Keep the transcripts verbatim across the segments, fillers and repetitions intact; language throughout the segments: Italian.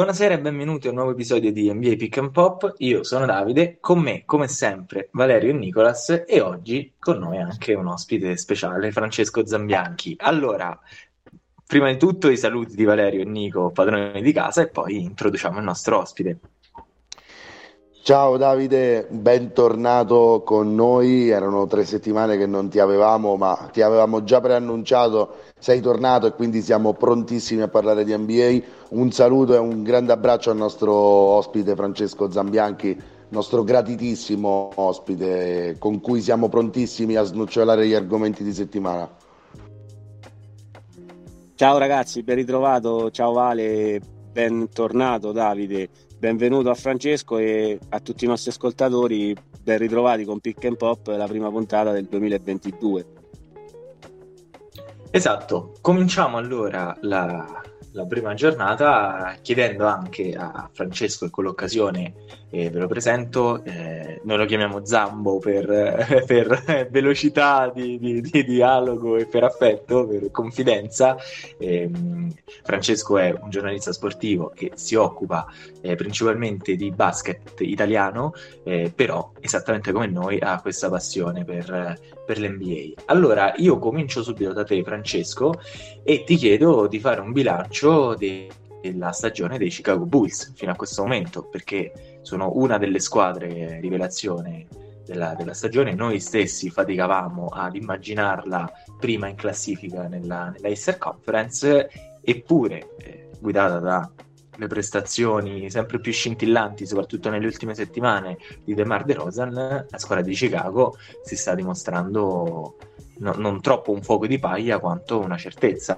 Buonasera e benvenuti a un nuovo episodio di N B A Pick and Pop. Io sono Davide, con me, come sempre, Valerio e Nicolas e oggi con noi anche un ospite speciale, Francesco Zambianchi. Allora, prima di tutto i saluti di Valerio e Nico, padroni di casa, e poi introduciamo il nostro ospite. Ciao Davide, bentornato con noi. Erano tre settimane che non ti avevamo, ma ti avevamo già preannunciato. Sei tornato e quindi siamo prontissimi a parlare di N B A. Un saluto e un grande abbraccio al nostro ospite Francesco Zambianchi, nostro gratitissimo ospite, con cui siamo prontissimi a snocciolare gli argomenti di settimana. Ciao ragazzi, ben ritrovato, ciao Vale, bentornato Davide, benvenuto a Francesco e a tutti i nostri ascoltatori, ben ritrovati con Pick and Pop, la prima puntata del duemilaventidue. Esatto, cominciamo allora la, la prima giornata chiedendo anche a Francesco, e con l'occasione eh, ve lo presento, eh, noi lo chiamiamo Zambo per, eh, per velocità di, di, di dialogo e per affetto, per confidenza. Eh, Francesco è un giornalista sportivo che si occupa eh, principalmente di basket italiano, eh, però esattamente come noi ha questa passione per, per l'N B A. Allora io comincio subito da te, Francesco, e ti chiedo di fare un bilancio de- della stagione dei Chicago Bulls fino a questo momento, perché sono una delle squadre rivelazione della, della stagione. Noi stessi faticavamo ad immaginarla prima in classifica nella, nella Eastern Conference, eppure eh, guidata da le prestazioni sempre più scintillanti, soprattutto nelle ultime settimane, di DeMar DeRozan, la squadra di Chicago si sta dimostrando no, non troppo un fuoco di paglia quanto una certezza.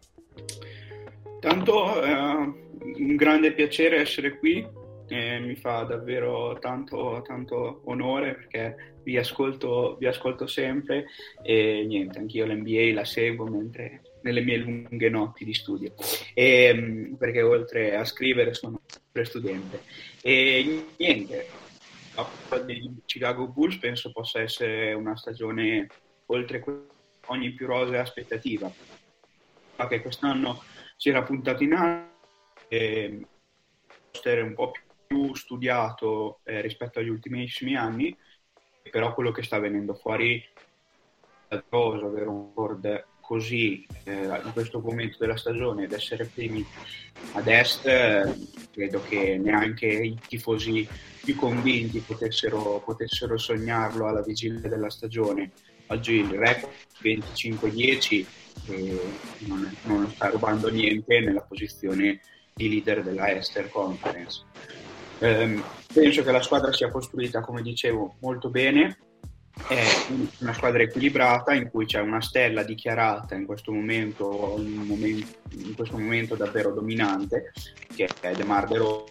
Tanto eh, un grande piacere essere qui, eh, mi fa davvero tanto, tanto onore perché vi ascolto, vi ascolto sempre e niente, anch'io l'N B A la seguo mentre nelle mie lunghe notti di studio, e, perché oltre a scrivere sono sempre studente. E niente, la dei Chicago Bulls penso possa essere una stagione oltre ogni più rosea aspettativa, che quest'anno si era puntato in alto, e è un po' più studiato eh, rispetto agli ultimissimi anni, però quello che sta venendo fuori è cosa, avere un board così eh, in questo momento della stagione ed essere primi ad est, eh, credo che neanche i tifosi più convinti potessero, potessero sognarlo alla vigilia della stagione. Oggi il record venticinque dieci e non, non sta rubando niente nella posizione di leader della Eastern Conference. Eh, penso che la squadra sia costruita, come dicevo, molto bene. È una squadra equilibrata in cui c'è una stella dichiarata in questo momento, in, momento, in questo momento davvero dominante, che è DeMar DeRozan,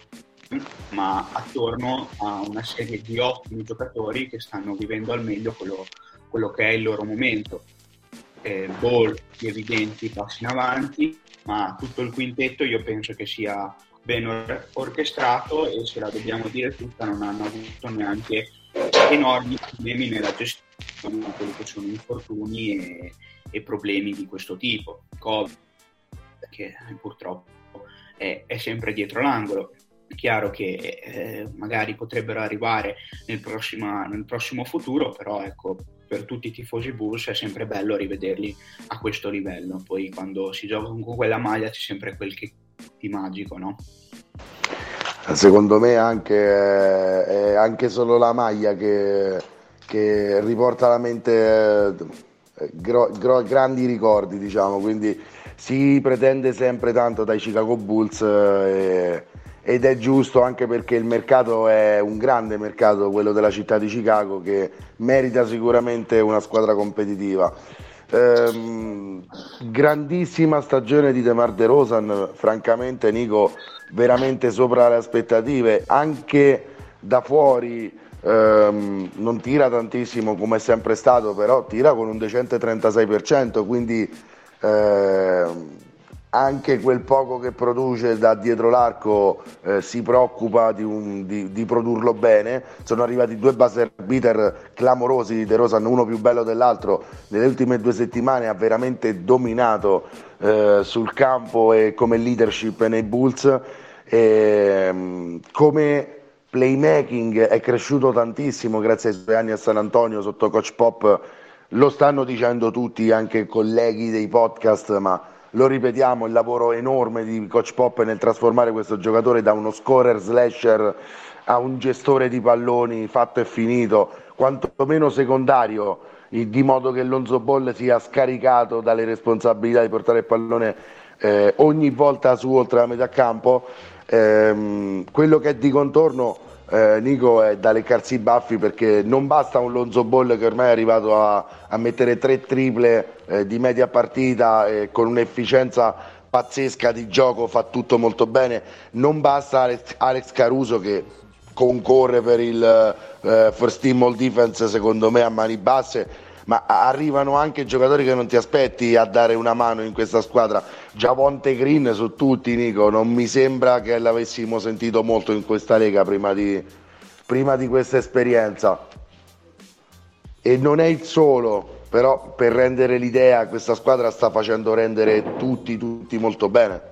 ma attorno a una serie di ottimi giocatori che stanno vivendo al meglio quello, quello che è il loro momento. Eh, Ball di evidenti passi in avanti, ma tutto il quintetto io penso che sia ben or- orchestrato e, se la dobbiamo dire tutta, non hanno avuto neanche enormi problemi nella gestione di quelli che sono infortuni e, e problemi di questo tipo. Covid, che purtroppo è, è sempre dietro l'angolo. È chiaro che eh, magari potrebbero arrivare nel, prossima, nel prossimo futuro, però ecco, per tutti i tifosi Bulls è sempre bello rivederli a questo livello. Poi quando si gioca con quella maglia c'è sempre quel che di magico, no? Secondo me anche, è anche solo la maglia che, che riporta alla mente eh, gro, gro, grandi ricordi, diciamo, quindi si pretende sempre tanto dai Chicago Bulls eh, ed è giusto, anche perché il mercato è un grande mercato, quello della città di Chicago, che merita sicuramente una squadra competitiva. Ehm, grandissima stagione di DeMar DeRozan, francamente Nico, veramente sopra le aspettative. Anche da fuori ehm, non tira tantissimo come è sempre stato, però tira con un decente trentasei per cento, quindi ehm, anche quel poco che produce da dietro l'arco eh, si preoccupa di, un, di, di produrlo bene. Sono arrivati due buzzer beater clamorosi di DeRozan, uno più bello dell'altro. Nelle ultime due settimane ha veramente dominato eh, sul campo e come leadership nei Bulls. E, come playmaking è cresciuto tantissimo grazie ai suoi anni a San Antonio sotto Coach Pop, lo stanno dicendo tutti, anche colleghi dei podcast, ma lo ripetiamo, il lavoro enorme di Coach Pop nel trasformare questo giocatore da uno scorer slasher a un gestore di palloni fatto e finito, quantomeno secondario, di modo che Lonzo Ball sia scaricato dalle responsabilità di portare il pallone eh, ogni volta su oltre la metà campo. Ehm, quello che è di contorno, eh, Nico, è da leccarsi i baffi, perché non basta un Lonzo Ball che ormai è arrivato a, a mettere tre triple eh, di media partita eh, con un'efficienza pazzesca di gioco, fa tutto molto bene. Non basta Alex, Alex Caruso che concorre per il eh, first team all defense secondo me a mani basse, ma arrivano anche giocatori che non ti aspetti a dare una mano in questa squadra. Javonte Green su tutti, Nico, non mi sembra che l'avessimo sentito molto in questa lega prima di, prima di questa esperienza, e non è il solo, però per rendere l'idea questa squadra sta facendo rendere tutti tutti molto bene.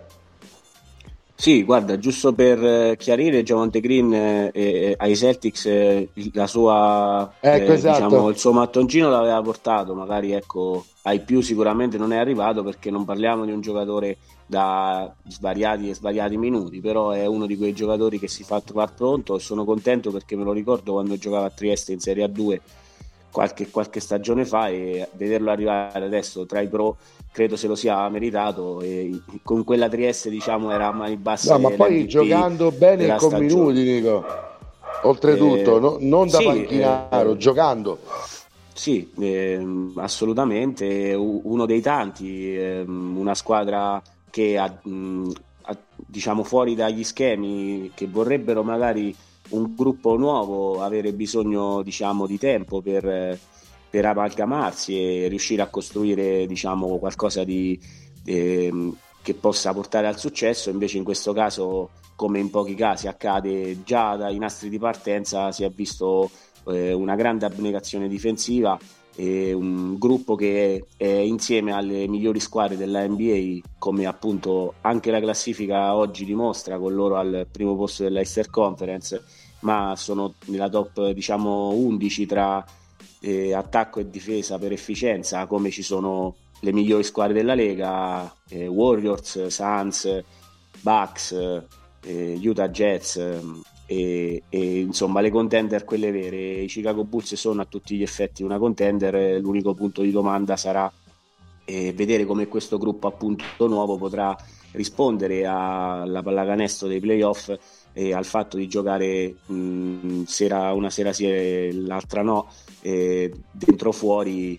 Sì, guarda, giusto per eh, chiarire, Javonte Green eh, eh, ai Celtics eh, la sua, Ecco, eh, esatto. diciamo, il suo mattoncino l'aveva portato, magari ecco, ai più sicuramente non è arrivato, perché non parliamo di un giocatore da svariati e svariati minuti, però è uno di quei giocatori che si fa trovare pronto, e sono contento perché me lo ricordo quando giocava a Trieste in Serie A due qualche, qualche stagione fa, e vederlo arrivare adesso tra i pro credo se lo sia meritato, e con quella Trieste diciamo era a mani basse. No, ma poi l'M V P giocando bene e con stagione. minuti, Nico, oltretutto, eh, no, non da sì, panchinaro, eh, giocando. Sì, ehm, assolutamente, u- uno dei tanti, ehm, una squadra che ha, mh, ha, diciamo fuori dagli schemi, che vorrebbero magari un gruppo nuovo, avere bisogno diciamo di tempo per, per amalgamarsi e riuscire a costruire diciamo qualcosa di, ehm, che possa portare al successo. Invece in questo caso, come in pochi casi accade, già dai nastri di partenza si è visto eh, una grande abnegazione difensiva, e un gruppo che è, è insieme alle migliori squadre della N B A, come appunto anche la classifica oggi dimostra, con loro al primo posto della Eastern Conference, ma sono nella top diciamo undici tra eh, attacco e difesa per efficienza, come ci sono le migliori squadre della Lega, eh, Warriors, Suns, Bucks, eh, Utah Jazz, eh, e, e insomma le contender, quelle vere. I Chicago Bulls sono a tutti gli effetti una contender, l'unico punto di domanda sarà eh, vedere come questo gruppo appunto nuovo potrà rispondere alla pallacanestro dei playoff e al fatto di giocare mh, sera, una sera sì e l'altra no, eh, dentro fuori,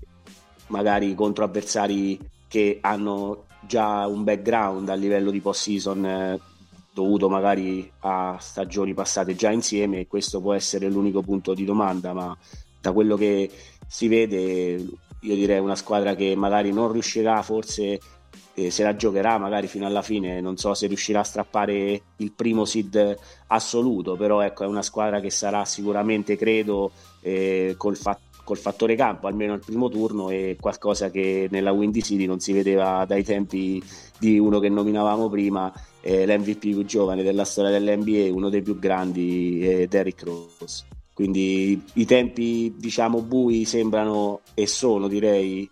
magari contro avversari che hanno già un background a livello di post-season eh, dovuto magari a stagioni passate già insieme, e questo può essere l'unico punto di domanda. Ma da quello che si vede io direi una squadra che magari non riuscirà, forse eh, se la giocherà magari fino alla fine, non so se riuscirà a strappare il primo seed assoluto, però ecco è una squadra che sarà sicuramente, credo, eh, col fatto col fattore campo, almeno il primo turno, e qualcosa che nella Windy City non si vedeva dai tempi di uno che nominavamo prima, eh, l'M V P più giovane della storia dell'N B A, uno dei più grandi, eh, Derrick Rose. Quindi i tempi diciamo bui sembrano, e sono direi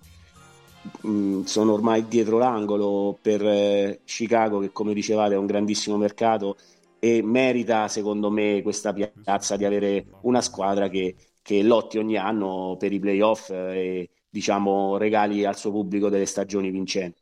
mh, sono ormai dietro l'angolo per eh, Chicago, che come dicevate è un grandissimo mercato e merita secondo me questa piazza di avere una squadra che che lotti ogni anno per i playoff e diciamo regali al suo pubblico delle stagioni vincenti.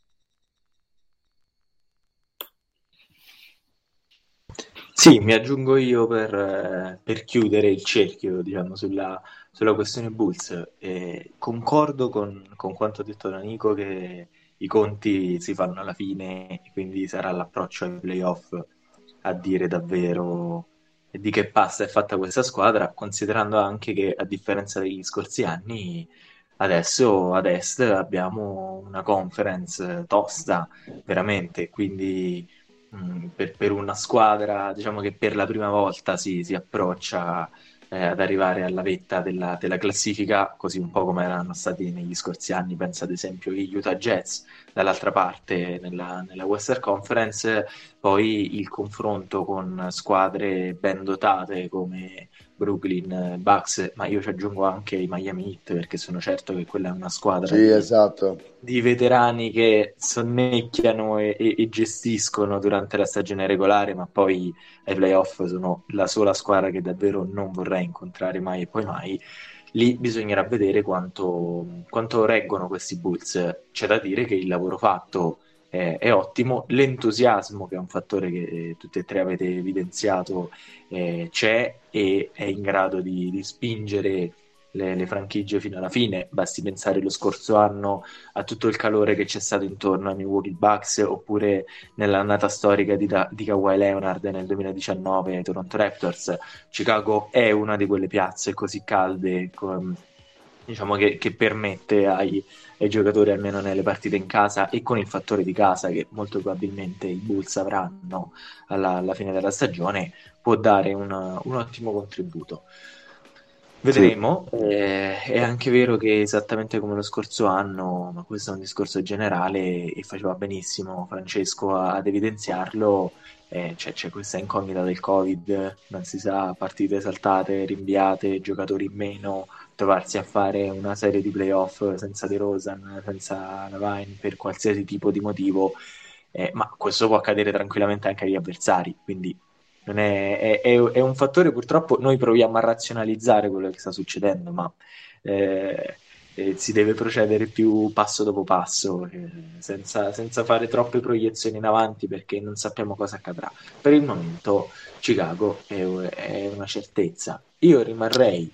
Sì, mi aggiungo io per, eh, per chiudere il cerchio, diciamo, sulla, sulla questione Bulls. E concordo con, con quanto detto da Nico, che i conti si fanno alla fine, e quindi sarà l'approccio ai playoff a dire davvero di che pasta è fatta questa squadra, considerando anche che, a differenza degli scorsi anni, adesso ad est abbiamo una conference tosta, veramente, quindi mh, per, per una squadra, diciamo, che per la prima volta si, si approccia eh, ad arrivare alla vetta della, della classifica, così un po' come erano stati negli scorsi anni. Penso ad esempio gli Utah Jazz dall'altra parte nella, nella Western Conference. Poi il confronto con squadre ben dotate come Brooklyn, Bucks, ma io ci aggiungo anche i Miami Heat, perché sono certo che quella è una squadra Sì, di, esatto. di veterani che sonnecchiano e, e, e gestiscono durante la stagione regolare, ma poi ai playoff sono la sola squadra che davvero non vorrei incontrare mai e poi mai. Lì bisognerà vedere quanto, quanto reggono questi Bulls. C'è da dire che il lavoro fatto è, è ottimo, l'entusiasmo, che è un fattore che eh, tutti e tre avete evidenziato, eh, c'è e è in grado di, di spingere le, le franchigie fino alla fine. Basti pensare lo scorso anno a tutto il calore che c'è stato intorno ai Milwaukee Bucks, oppure nell'annata storica di, da, di Kawhi Leonard nel duemiladiciannove ai Toronto Raptors. Chicago è una di quelle piazze così calde, com, diciamo che, che permette ai, ai giocatori, almeno nelle partite in casa e con il fattore di casa che molto probabilmente i Bulls avranno alla, alla fine della stagione, può dare una, un ottimo contributo. Vedremo. Sì. Eh, è anche vero che esattamente come lo scorso anno, ma questo è un discorso generale e faceva benissimo Francesco ad evidenziarlo, eh, c'è, c'è questa incognita del Covid, non si sa, partite saltate, rinviate, giocatori in meno, trovarsi a fare una serie di playoff senza DeRozan, senza Lavine, per qualsiasi tipo di motivo, eh, ma questo può accadere tranquillamente anche agli avversari, quindi non è, è, è, è un fattore. Purtroppo noi proviamo a razionalizzare quello che sta succedendo, ma eh, eh, si deve procedere più passo dopo passo, eh, senza, senza fare troppe proiezioni in avanti, perché non sappiamo cosa accadrà. Per il momento Chicago è, è una certezza. Io rimarrei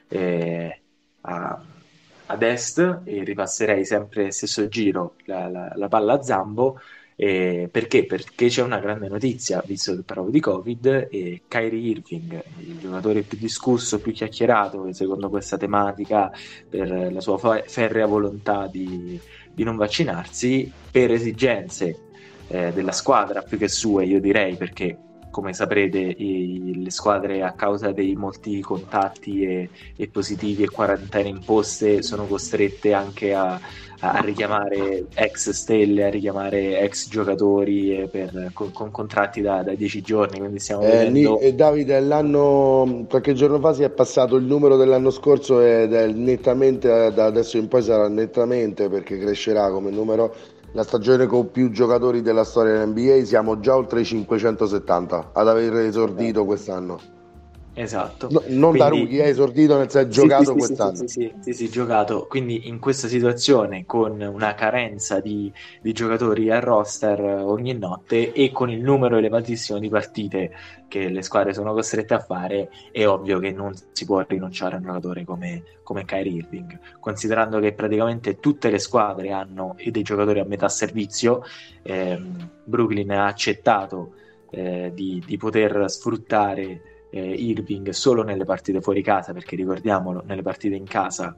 eh, a, ad est e ripasserei sempre stesso giro la, la, la palla a Zambo. Eh, perché? Perché c'è una grande notizia, visto che parlo di Covid, e Kyrie Irving, il giocatore più discusso, più chiacchierato, secondo questa tematica, per la sua fa- ferrea volontà di, di non vaccinarsi, per esigenze eh, della squadra più che sue, io direi, perché come saprete i, le squadre, a causa dei molti contatti e, e positivi e quarantene imposte, sono costrette anche a a richiamare ex stelle, a richiamare ex giocatori per, con, con contratti da, da dieci giorni, quindi stiamo eh, vedendo... E Davide, l'anno, qualche giorno fa si è passato il numero dell'anno scorso ed è nettamente, da adesso in poi sarà nettamente, perché crescerà come numero, la stagione con più giocatori della storia dell'N B A. Siamo già oltre i cinquecentosettanta ad aver esordito quest'anno. Esatto. No, non quindi, da rookie, è esordito nel senso sì, giocato sì, quest'anno. Sì, sì, sì, sì, sì, giocato. Quindi in questa situazione, con una carenza di, di giocatori al roster ogni notte e con il numero elevatissimo di partite che le squadre sono costrette a fare, è ovvio che non si può rinunciare a un giocatore come, come Kyrie Irving, considerando che praticamente tutte le squadre hanno dei giocatori a metà servizio. ehm, Brooklyn ha accettato eh, di, di poter sfruttare Eh, Irving solo nelle partite fuori casa, perché ricordiamolo, nelle partite in casa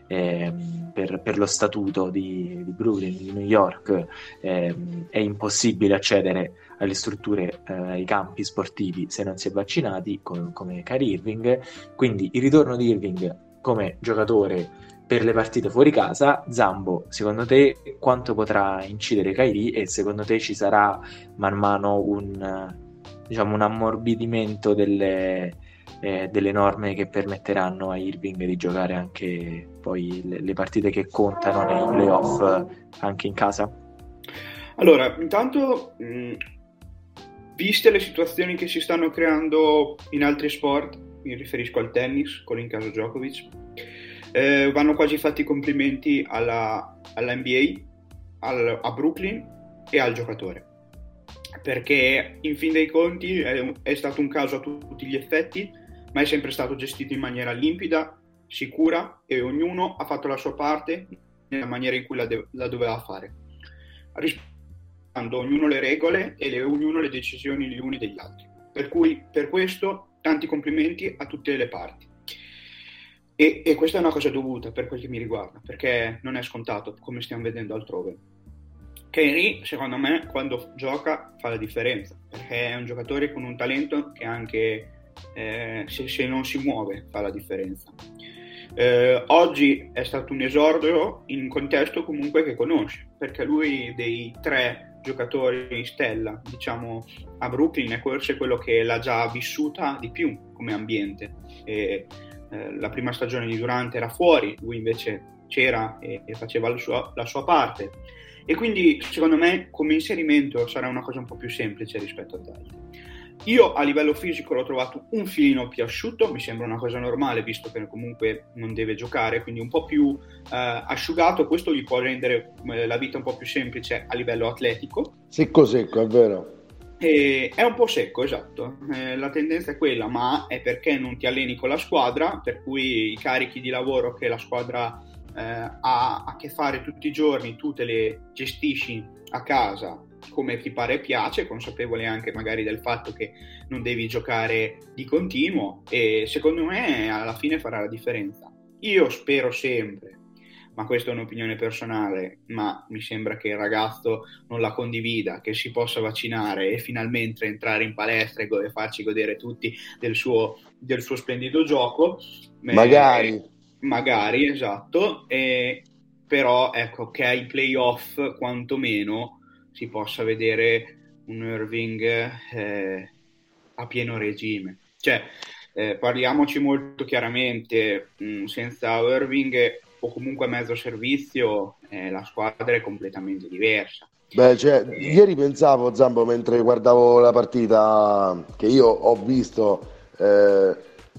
ehm, per, per lo statuto di, di Brooklyn, di New York, ehm, è impossibile accedere alle strutture, eh, ai campi sportivi se non si è vaccinati, com- come Kyrie Irving. Quindi il ritorno di Irving come giocatore per le partite fuori casa. Zambo, secondo te quanto potrà incidere Kyrie, e secondo te ci sarà man mano un diciamo un ammorbidimento delle, eh, delle norme che permetteranno a Irving di giocare anche poi le, le partite che contano nei playoff anche in casa? Allora, intanto mh, viste le situazioni che si stanno creando in altri sport, mi riferisco al tennis con il caso Djokovic, eh, vanno quasi fatti i complimenti alla, alla N B A, al, a Brooklyn e al giocatore, perché in fin dei conti è, è stato un caso a tutti gli effetti, ma è sempre stato gestito in maniera limpida, sicura, e ognuno ha fatto la sua parte nella maniera in cui la, de- la doveva fare, rispettando ognuno le regole e le, ognuno le decisioni gli uni degli altri. Per cui per questo tanti complimenti a tutte le parti. E, e questa è una cosa dovuta per quel che mi riguarda, perché non è scontato, come stiamo vedendo altrove. Kyrie, secondo me, quando gioca fa la differenza, perché è un giocatore con un talento che è anche eh, se, se non si muove fa la differenza. Eh, oggi è stato un esordio in un contesto comunque che conosce, perché lui dei tre giocatori in stella, diciamo, a Brooklyn è forse quello che l'ha già vissuta di più come ambiente. E, eh, la prima stagione di Durant era fuori, lui invece c'era e, e faceva la sua, la sua parte, e quindi secondo me come inserimento sarà una cosa un po' più semplice rispetto ad altri. Io a livello fisico l'ho trovato un filino più asciutto, mi sembra una cosa normale visto che comunque non deve giocare, quindi un po' più eh, asciugato. Questo gli può rendere eh, la vita un po' più semplice a livello atletico. Secco secco, è vero. E è un po' secco, esatto, eh, la tendenza è quella, ma è perché non ti alleni con la squadra, per cui i carichi di lavoro che la squadra eh, ha a che fare tutti i giorni tu te le gestisci a casa come ti pare e piace, consapevole anche magari del fatto che non devi giocare di continuo, e secondo me alla fine farà la differenza. Io spero sempre, ma questa è un'opinione personale, ma mi sembra che il ragazzo non la condivida, che si possa vaccinare e finalmente entrare in palestra e, go- e farci godere tutti del suo, del suo splendido gioco. Magari. Eh, magari, esatto, eh, però ecco che ai playoff quantomeno si possa vedere un Irving eh, a pieno regime. Cioè, eh, parliamoci molto chiaramente, mh, senza Irving o comunque mezzo servizio eh, la squadra è completamente diversa. Beh, cioè, ieri pensavo, Zambo, mentre guardavo la partita che io ho visto, eh,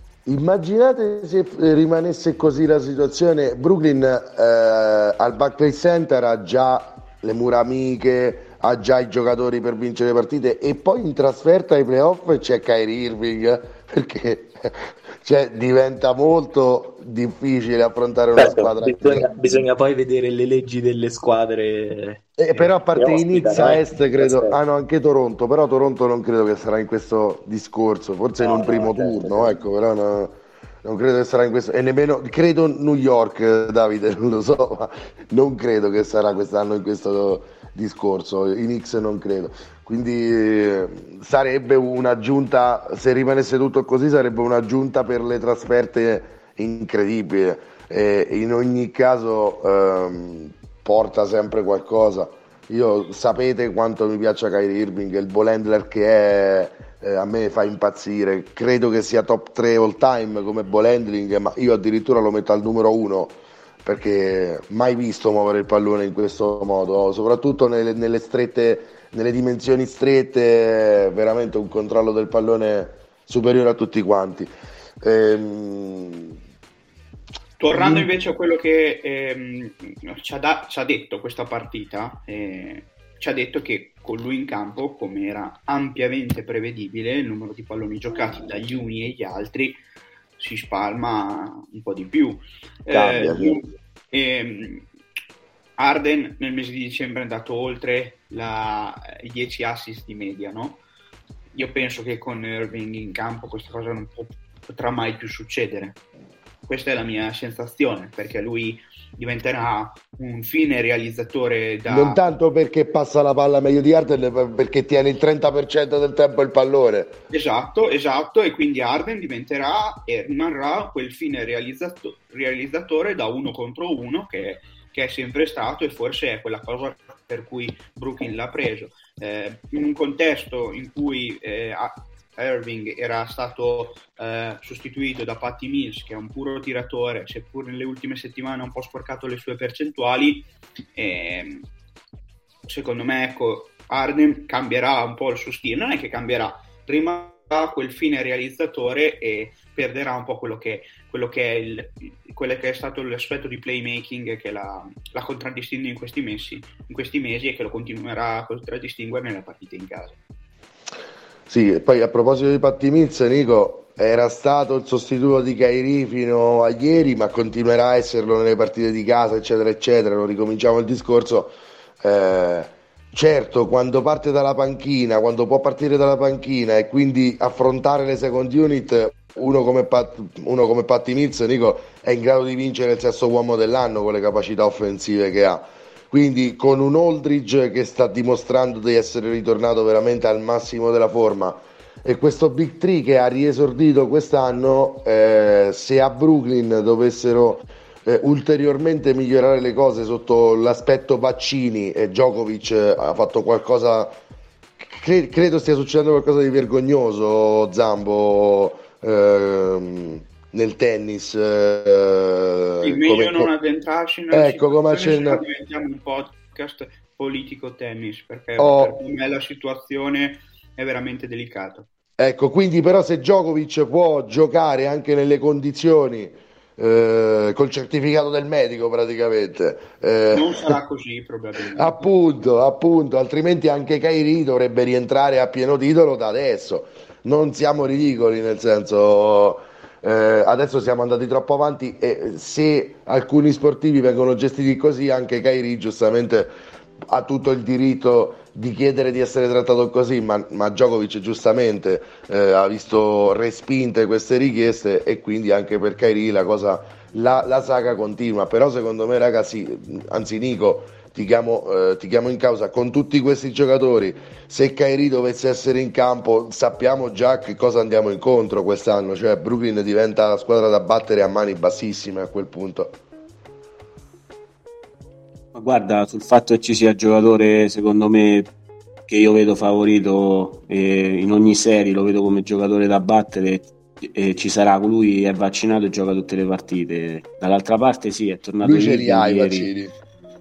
immaginate se rimanesse così la situazione. Brooklyn eh, al Barclays Center ha già le mura amiche, ha già i giocatori per vincere le partite, e poi in trasferta ai playoff c'è Kyrie Irving, perché cioè, diventa molto difficile affrontare una Certo, squadra. bisogna, bisogna poi vedere le leggi delle squadre. Eh, però a parte i Knicks a eh, est credo, ah no, anche Toronto, però Toronto non credo che sarà in questo discorso, forse No, in un no, primo certo, turno, certo. ecco, però no, non credo che sarà in questo, e nemmeno credo New York, Davide, non lo so, ma non credo che sarà quest'anno in questo discorso, i Knicks non credo, quindi eh, sarebbe un'aggiunta, se rimanesse tutto così sarebbe un'aggiunta per le trasferte incredibile, e in ogni caso ehm, porta sempre qualcosa. Io sapete quanto mi piaccia Kyrie Irving, il ball handler che è, eh, a me fa impazzire, credo che sia top tre all time come ball handling, ma io addirittura lo metto al numero uno, perché mai visto muovere il pallone in questo modo, soprattutto nelle, nelle strette, nelle dimensioni strette, veramente un controllo del pallone superiore a tutti quanti. Ehm, Tornando invece a quello che ehm, ci, ha da- ci ha detto questa partita, eh, ci ha detto che con lui in campo, come era ampiamente prevedibile, il numero di palloni giocati dagli uni e gli altri si spalma un po' di più. Cambia, Eh, ehm, Harden nel mese di dicembre è andato oltre la, i dieci assist di media, no? Io penso che con Irving in campo questa cosa non po- potrà mai più succedere. Questa è la mia sensazione, perché lui diventerà un fine realizzatore da... Non tanto perché passa la palla meglio di Harden, perché tiene il trenta per cento del tempo il pallone. Esatto, esatto, e quindi Harden diventerà e rimarrà quel fine realizzato- realizzatore da uno contro uno che, che è sempre stato, e forse è quella cosa per cui Brooklyn l'ha preso. Eh, in un contesto in cui eh, Irving era stato eh, sostituito da Patty Mills, che è un puro tiratore, seppur nelle ultime settimane ha un po' sporcato le sue percentuali, eh, secondo me ecco, Harden cambierà un po' il suo stile, non è che cambierà, rimarrà quel fine realizzatore e perderà un po' quello che, quello che, è, il, quello che è stato l'aspetto di playmaking che la, la contraddistingue in questi mesi, in questi mesi e che lo continuerà a contraddistinguere nelle partite in casa. Sì, e poi a proposito di Patty Mills, Nico, era stato il sostituto di Kyrie fino a ieri, ma continuerà a esserlo nelle partite di casa, eccetera, eccetera. Non ricominciamo il discorso. Eh, certo, quando parte dalla panchina, quando può partire dalla panchina e quindi affrontare le second unit, uno come, Pat, uno come Patty Mills, Nico, è in grado di vincere il sesto uomo dell'anno con le capacità offensive che ha. Quindi con un Aldridge che sta dimostrando di essere ritornato veramente al massimo della forma, e questo Big Three che ha riesordito quest'anno, eh, se a Brooklyn dovessero eh, ulteriormente migliorare le cose sotto l'aspetto vaccini e Djokovic eh, ha fatto qualcosa, cre- credo stia succedendo qualcosa di vergognoso, Zambo, ehm, nel tennis, eh, Sì, meglio come, non co- addentrarci nella ecco come situazione, se no accenna. diventiamo un podcast politico-tennis, perché per Oh, me la situazione è veramente delicata. ecco, quindi però se Djokovic può giocare anche nelle condizioni eh, col certificato del medico praticamente, eh, Non sarà così probabilmente. appunto, appunto, altrimenti anche Kyrie dovrebbe rientrare a pieno titolo da adesso. Non siamo ridicoli, nel senso, eh, adesso siamo andati troppo avanti e se alcuni sportivi vengono gestiti così, anche Kyrie giustamente ha tutto il diritto di chiedere di essere trattato così, ma, ma Djokovic giustamente eh, ha visto respinte queste richieste e quindi anche per Kyrie la cosa, la, la saga continua. Però secondo me, ragazzi, anzi Nico, ti chiamo, eh, ti chiamo in causa con tutti questi giocatori. Se Kyrie dovesse essere in campo, sappiamo già che cosa andiamo incontro quest'anno, cioè Brooklyn diventa la squadra da battere a mani bassissime a quel punto. Ma guarda, sul fatto che ci sia giocatore, secondo me, che io vedo favorito eh, in ogni serie, lo vedo come giocatore da battere, e ci sarà colui è vaccinato e gioca tutte le partite. Dall'altra parte sì, è tornato Lui ce li Irving ha i ieri, vaccini.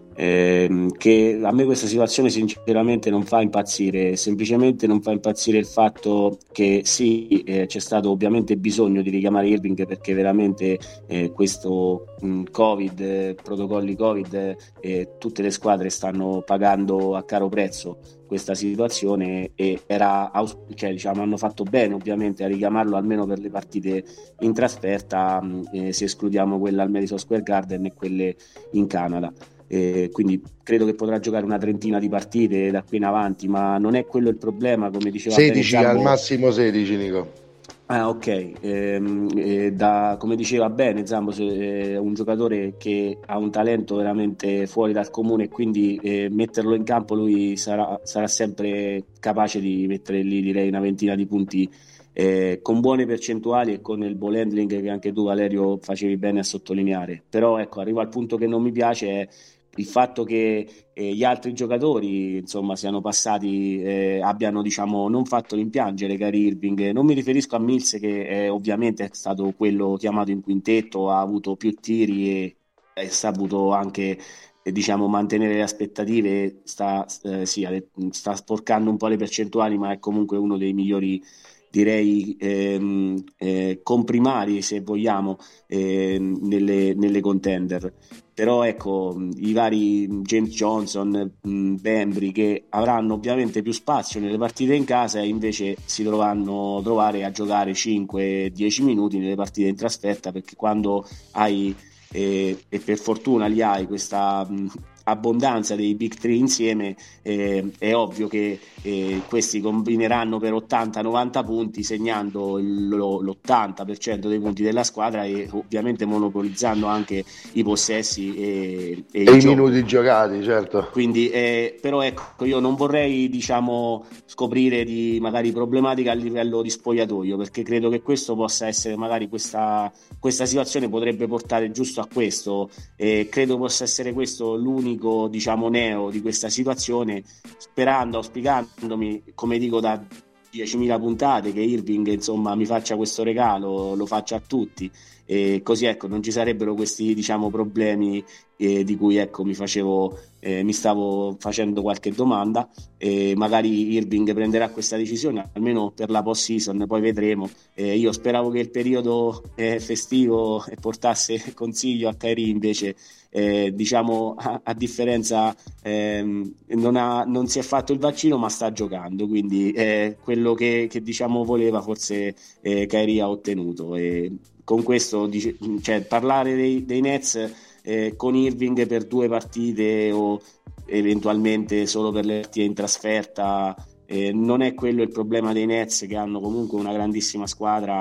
ehm, che a me questa situazione sinceramente non fa impazzire, semplicemente non fa impazzire il fatto che sì, eh, c'è stato ovviamente bisogno di richiamare Irving perché veramente eh, questo mh, Covid, eh, protocolli Covid, eh, tutte le squadre stanno pagando a caro prezzo questa situazione e era, aus- cioè, diciamo, hanno fatto bene ovviamente a richiamarlo almeno per le partite in trasferta, mh, eh, se escludiamo quella al Madison Square Garden e quelle in Canada. Eh, quindi credo che potrà giocare una trentina di partite da qui in avanti, ma non è quello il problema, come diceva bene sedici al Zambo. massimo sedici, Nico. Ah, ok. Ehm, eh, da, come diceva bene Zambo, se, eh, un giocatore che ha un talento veramente fuori dal comune e quindi eh, metterlo in campo lui sarà, sarà sempre capace di mettere lì, direi, una ventina di punti eh, con buone percentuali e con il ball handling che anche tu, Valerio, facevi bene a sottolineare. Però ecco, arrivo al punto che non mi piace è il fatto che eh, gli altri giocatori insomma siano passati, eh, abbiano diciamo non fatto rimpiangere Kyrie Irving. Non mi riferisco a Mills che eh, ovviamente è stato quello chiamato in quintetto, ha avuto più tiri e è saputo anche eh, diciamo mantenere le aspettative, sta, eh, sì, ade- sta sporcando un po' le percentuali, ma è comunque uno dei migliori, direi ehm, eh, comprimari se vogliamo, ehm, nelle, nelle contender. Però ecco, i vari James Johnson, mh, Bembry, che avranno ovviamente più spazio nelle partite in casa e invece si dovranno trovare a giocare cinque dieci minuti nelle partite in trasferta, perché quando hai, eh, e per fortuna li hai, questa mh, abbondanza dei Big Three insieme, eh, è ovvio che eh, questi combineranno per ottanta novanta punti, segnando il- lo- l'ottanta per cento dei punti della squadra e ovviamente monopolizzando anche i possessi e, e E il i gioco. minuti giocati, certo. Quindi, eh, però ecco, io non vorrei, diciamo, scoprire di magari problematica a livello di spogliatoio, perché credo che questo possa essere, magari questa, questa situazione potrebbe portare giusto a questo, e credo possa essere questo l'unico, diciamo, neo di questa situazione, sperando, auspicandomi, come dico da diecimila puntate, che Irving insomma mi faccia questo regalo, lo faccia a tutti, e così ecco non ci sarebbero questi, diciamo, problemi eh, di cui ecco mi facevo eh, mi stavo facendo qualche domanda, e magari Irving prenderà questa decisione almeno per la post season, poi vedremo. Eh, io speravo che il periodo eh, festivo portasse consiglio a Kyrie, invece eh, diciamo a, a differenza ehm, non, ha, non si è fatto il vaccino ma sta giocando, quindi eh, quello che, che diciamo voleva forse eh, Kyrie ha ottenuto. E con questo dice, cioè, parlare dei, dei Nets eh, con Irving per due partite o eventualmente solo per le partite in trasferta, eh, non è quello il problema dei Nets, che hanno comunque una grandissima squadra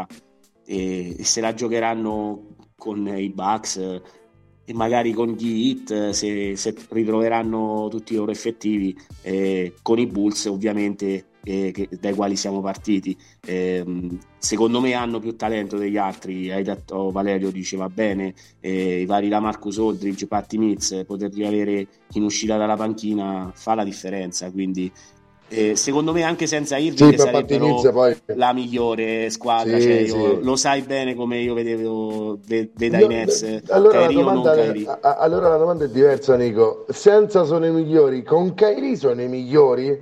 e, e se la giocheranno con i Bucks eh, e magari con gli Heat, se, se ritroveranno tutti i loro effettivi, eh, con i Bulls ovviamente eh, che, dai quali siamo partiti. Eh, secondo me hanno più talento degli altri. Hai detto, Valerio diceva bene, eh, i vari Lamarcus Aldridge, Patty Mills, poterli avere in uscita dalla panchina fa la differenza, quindi eh, secondo me anche senza Irving Sì, per sarebbero poi... la migliore squadra, Sì, cioè io, sì. lo sai bene come io vedevo ve, vedo Io, i Nets, allora, la Kyrie o non domanda è, Kyrie. a- allora la domanda è diversa, Nico. Senza sono i migliori, con Kyrie sono i migliori?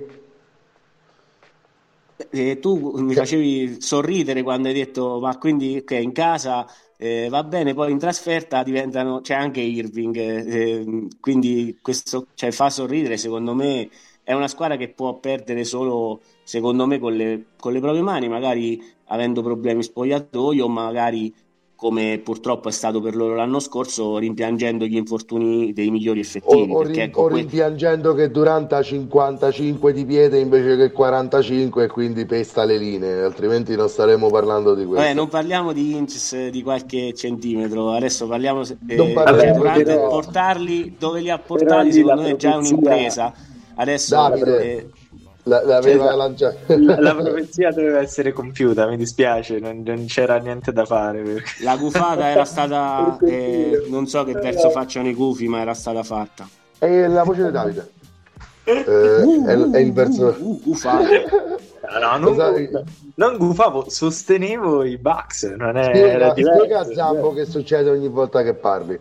E tu mi Che- facevi sorridere quando hai detto, ma quindi ok, in casa eh, va bene, poi in trasferta diventano, c'è anche Irving, eh, quindi questo cioè, fa sorridere, secondo me è una squadra che può perdere solo, secondo me, con le, con le proprie mani, magari avendo problemi spogliatoio, magari come purtroppo è stato per loro l'anno scorso, rimpiangendo gli infortuni dei migliori O, effettivi, o perché rim- ecco, o que- rimpiangendo che Durant ha cinquantacinque di piede invece che quarantacinque e quindi pesta le linee, altrimenti non staremmo parlando di vabbè, questo. non parliamo di inches di qualche centimetro, adesso parliamo, se- Non eh, cioè parliamo Vabbè, di Durant però, questo. portarli dove li ha però portati lì la secondo me è già profezia, un'impresa. Adesso la, pro- Davide eh, la- cioè, l'aveva esa- lanciato. la profezia doveva essere compiuta, mi dispiace, non, non c'era niente da fare. Perché... la gufata era stata, Per eh, colpire. non so che verso facciano i gufi, ma era stata fatta. E la voce di Davide. Uh, Eh, è, è il uh, uh, verso. uh, gufate. No, no, Lo non, sai- gu- non gufavo, sostenevo i Bucks, non è, era Spiega, spiega a diverso. Zambo che succede ogni volta che parli.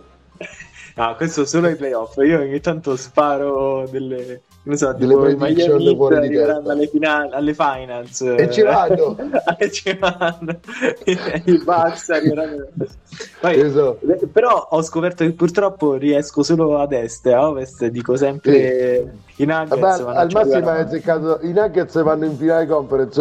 No, questo solo ai playoff. Io ogni tanto sparo delle, non so, Delle tipo i prediction Miami Heat fuori di arriveranno testa. alle, finali, alle finals. E ci vanno. E ci vanno. I Bucks arriveranno. Poi, Esatto. eh, però ho scoperto che purtroppo riesco solo ad est, a ovest dico sempre i Nuggets. Vabbè, vanno al a giocare massimo hai avanti. azzeccato i Nuggets vanno in finale conference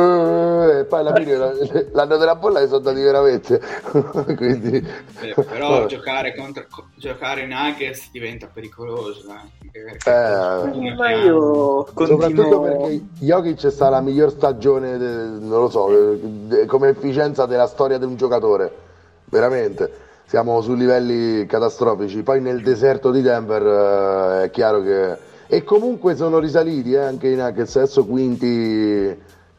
eh, e poi alla fine la- l'anno della bolla li sono dati veramente. Quindi Eh, però vabbè. giocare contro co- giocare in Nuggets diventa pericoloso, eh. Perché- Eh, Ma io soprattutto continuo. perché Jokic sta la miglior stagione de- non lo so de- de- come efficienza della storia di un giocatore, veramente siamo su livelli catastrofici. Poi nel deserto di Denver eh, è chiaro che e comunque sono risaliti eh, anche i Nuggets, adesso quinti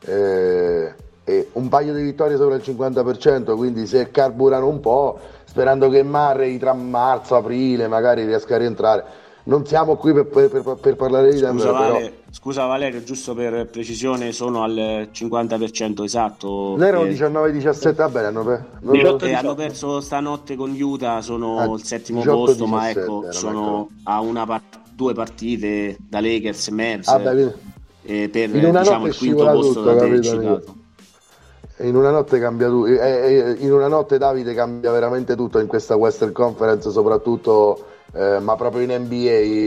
eh, e un paio di vittorie sopra il cinquanta per cento, quindi se carburano un po', sperando che Murray tra marzo, aprile magari riesca a rientrare. Non siamo qui per, per- per- per parlare di Denver, Scusa, però Vale, scusa Valerio, giusto per precisione, sono al cinquanta per cento esatto. noi erano eh, diciannove diciassette, va bene, hanno, per... diciotto e hanno perso stanotte con Utah, sono Ah, il settimo diciotto posto, ma diciassette ecco, erano, sono a una part- due partite da Lakers e Mavs Ah, beh, eh, per in una diciamo notte il quinto scivola posto tutto, da te capito, citato. in una notte cambia tutto, eh, eh, in una notte Davide cambia veramente tutto in questa Western Conference, soprattutto eh, ma proprio in N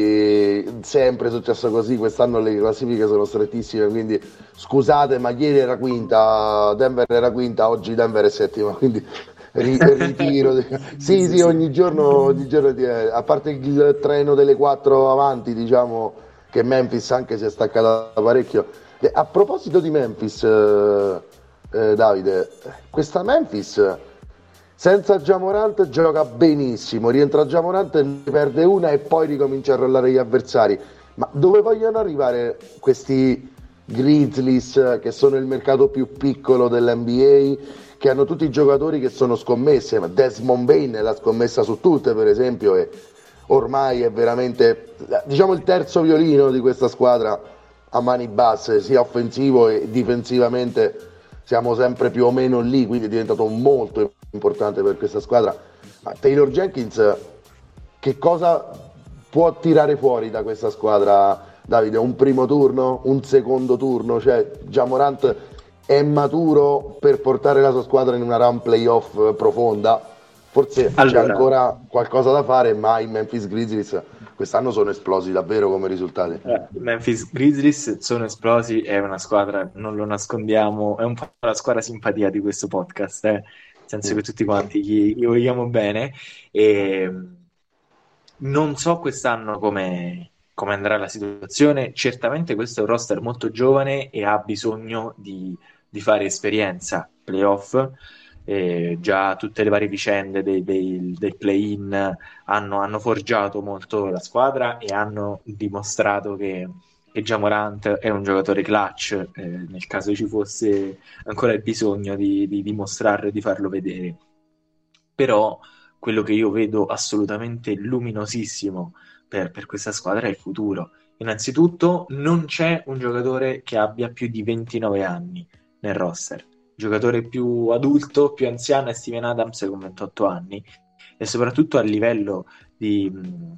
B A sempre è successo così, quest'anno le classifiche sono strettissime, quindi scusate ma ieri era quinta, Denver era quinta, oggi Denver è settima, quindi ri- ritiro di- sì sì ogni giorno, ogni giorno di- a parte il treno delle quattro avanti, diciamo che Memphis anche si è staccata parecchio. E a proposito di Memphis eh, eh, Davide, questa Memphis senza Jamorant gioca benissimo, rientra Jamorant, ne perde una e poi ricomincia a rollare gli avversari. Ma dove vogliono arrivare questi Grizzlies, che sono il mercato più piccolo dell'N B A, che hanno tutti i giocatori che sono scommesse? Ma Desmond Bain è la scommessa su tutte, per esempio, e ormai è veramente, diciamo, il terzo violino di questa squadra a mani basse, sia offensivo e difensivamente siamo sempre più o meno lì, quindi è diventato molto importante per questa squadra. Ma Taylor Jenkins che cosa può tirare fuori da questa squadra, Davide? Un primo turno, un secondo turno? Cioè Jamorant è maturo per portare la sua squadra in una round playoff profonda? Forse Allora. c'è ancora qualcosa da fare, ma i Memphis Grizzlies quest'anno sono esplosi davvero come risultati. Eh, I Memphis Grizzlies sono esplosi, è una squadra, non lo nascondiamo, è un po' la squadra simpatia di questo podcast, eh, nel senso che tutti quanti gli, gli vogliamo bene. E non so quest'anno come, come andrà la situazione. Certamente questo è un roster molto giovane e ha bisogno di, di fare esperienza playoff. Eh, già tutte le varie vicende dei, dei, del play-in hanno, hanno forgiato molto la squadra e hanno dimostrato che, che Ja Morant è un giocatore clutch, eh, nel caso ci fosse ancora il bisogno di, di dimostrarlo e di farlo vedere. Però quello che io vedo assolutamente luminosissimo per, per questa squadra è il futuro. Innanzitutto non c'è un giocatore che abbia più di ventinove anni nel roster. Il giocatore più adulto, più anziano è Steven Adams con ventotto anni, e soprattutto a livello di,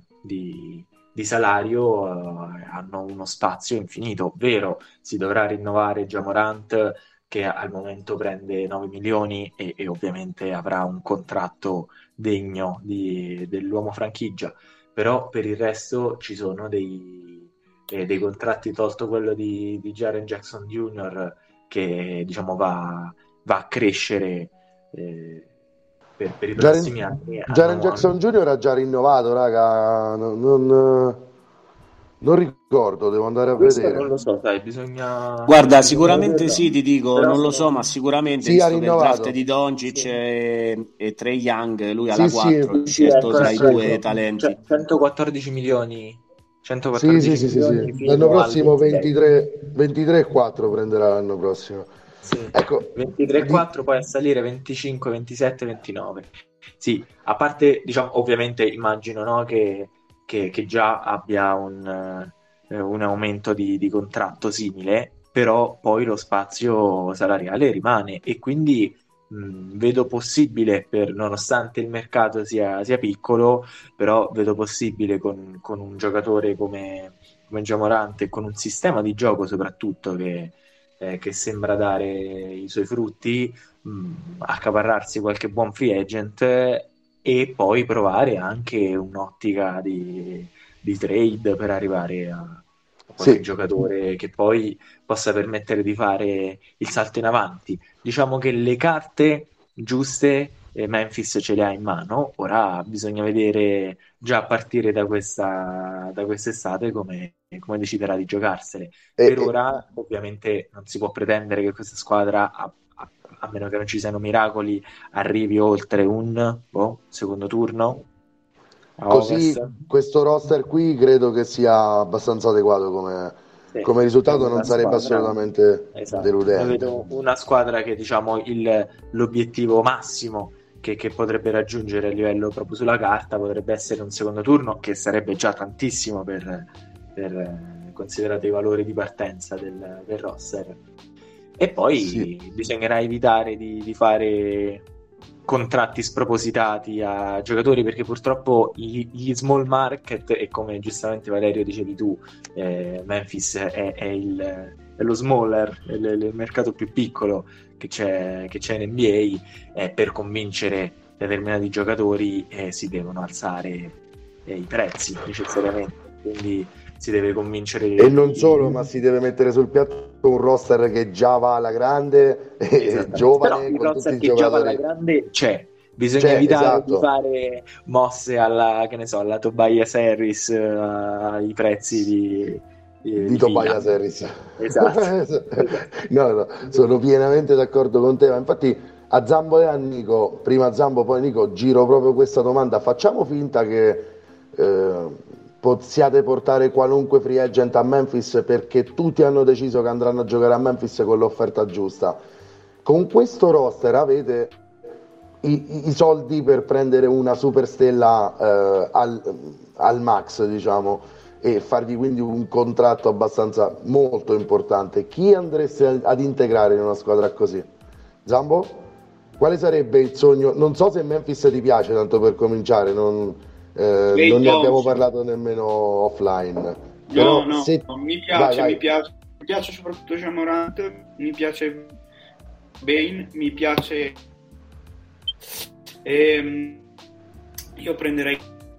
di, di salario eh, hanno uno spazio infinito, ovvero si dovrà rinnovare Ja Morant, che al momento prende nove milioni e, e ovviamente avrà un contratto degno di, dell'uomo franchigia, però per il resto ci sono dei, eh, dei contratti, tolto quello di, di Jaren Jackson Junior, che diciamo va, va a crescere eh, per, per i prossimi Jaren, anni. Jaren Hanno, Jackson Junior ha già rinnovato, raga, non, non, non ricordo, devo andare a questo vedere. non lo so, dai, bisogna... Guarda, bisogna sicuramente vederlo. sì, ti dico, Però non lo sono- so, ma sicuramente, Sì, ha visto che il draft rinnovato. di Doncic Sì. e, e Trae Young, lui Sì, alla sì, quattro, ha Sì, scelto ancora tra i perfetto. due talenti. Cioè, centoquattordici milioni, Sì, centoquattordici sì, sì, sì, milioni sì. L'anno fino al prossimo ventisei. ventitré, ventitré e quattro prenderà l'anno prossimo. Sì, Ecco, ventitré di... quattro, poi a salire venticinque, ventisette, ventinove. Sì, a parte, diciamo, ovviamente immagino, no, che, che, che già abbia un, eh, un aumento di, di contratto simile, però poi lo spazio salariale rimane, e quindi mh, vedo possibile, per, nonostante il mercato sia, sia piccolo, però vedo possibile con, con un giocatore come, come Ja Morant, e con un sistema di gioco soprattutto che eh, che sembra dare i suoi frutti, mh, accaparrarsi qualche buon free agent, eh, e poi provare anche un'ottica di, di trade per arrivare a, a qualche Sì, giocatore che poi possa permettere di fare il salto in avanti. Diciamo che le carte giuste eh, Memphis ce le ha in mano, ora bisogna vedere già a partire da questa, da quest'estate come, come deciderà di giocarsele. e, Per e- ora, ovviamente, non si può pretendere che questa squadra, a, a- a meno che non ci siano miracoli, arrivi oltre un boh, secondo turno a così Ovest. questo roster qui credo che sia abbastanza adeguato come, Sì, come è risultato, non una sarebbe squadra. assolutamente Esatto, io deludente. vedo una squadra che, diciamo, il- l'obiettivo massimo che, che potrebbe raggiungere a livello proprio sulla carta potrebbe essere un secondo turno, che sarebbe già tantissimo per, per, eh, considerato i valori di partenza del, del roster. E Sì. poi bisognerà evitare di, di fare contratti spropositati a giocatori, perché purtroppo gli, gli small market, e come giustamente Valerio dicevi tu, eh, Memphis è, è il, è lo smaller, è il, il mercato più piccolo che c'è, che c'è in N B A, eh, per convincere determinati giocatori eh, si devono alzare eh, i prezzi necessariamente, quindi si deve convincere E non solo, i- ma si deve mettere sul piatto un roster che già va alla grande, e Esattamente. Però giovane, il con tutti roster i che già va alla giocatori. grande c'è. Bisogna C'è, evitare di esatto. fare mosse alla, che ne so, alla Tobias Harris, eh, ai prezzi di, di, Di di Tobias Fila. Harris. Esatto. Esatto. No, no, sono pienamente d'accordo con te, ma infatti a Zambo e a Nico, prima Zambo poi Nico, giro proprio questa domanda. Facciamo finta che eh, possiate portare qualunque free agent a Memphis, perché tutti hanno deciso che andranno a giocare a Memphis con l'offerta giusta. Con questo roster avete i, i soldi per prendere una superstella eh, al, al max, diciamo, e fargli quindi un contratto abbastanza molto importante. Chi andreste ad integrare in una squadra così? Zambo? Quale sarebbe il sogno? Non so se Memphis ti piace, tanto per cominciare, non, eh, Clay non ne abbiamo Thompson. parlato nemmeno offline. No, Però no, se... mi Vai, piace, vai. mi piace, mi piace soprattutto Ja Morant, mi piace Bane, mi piace. Ehm, io prenderei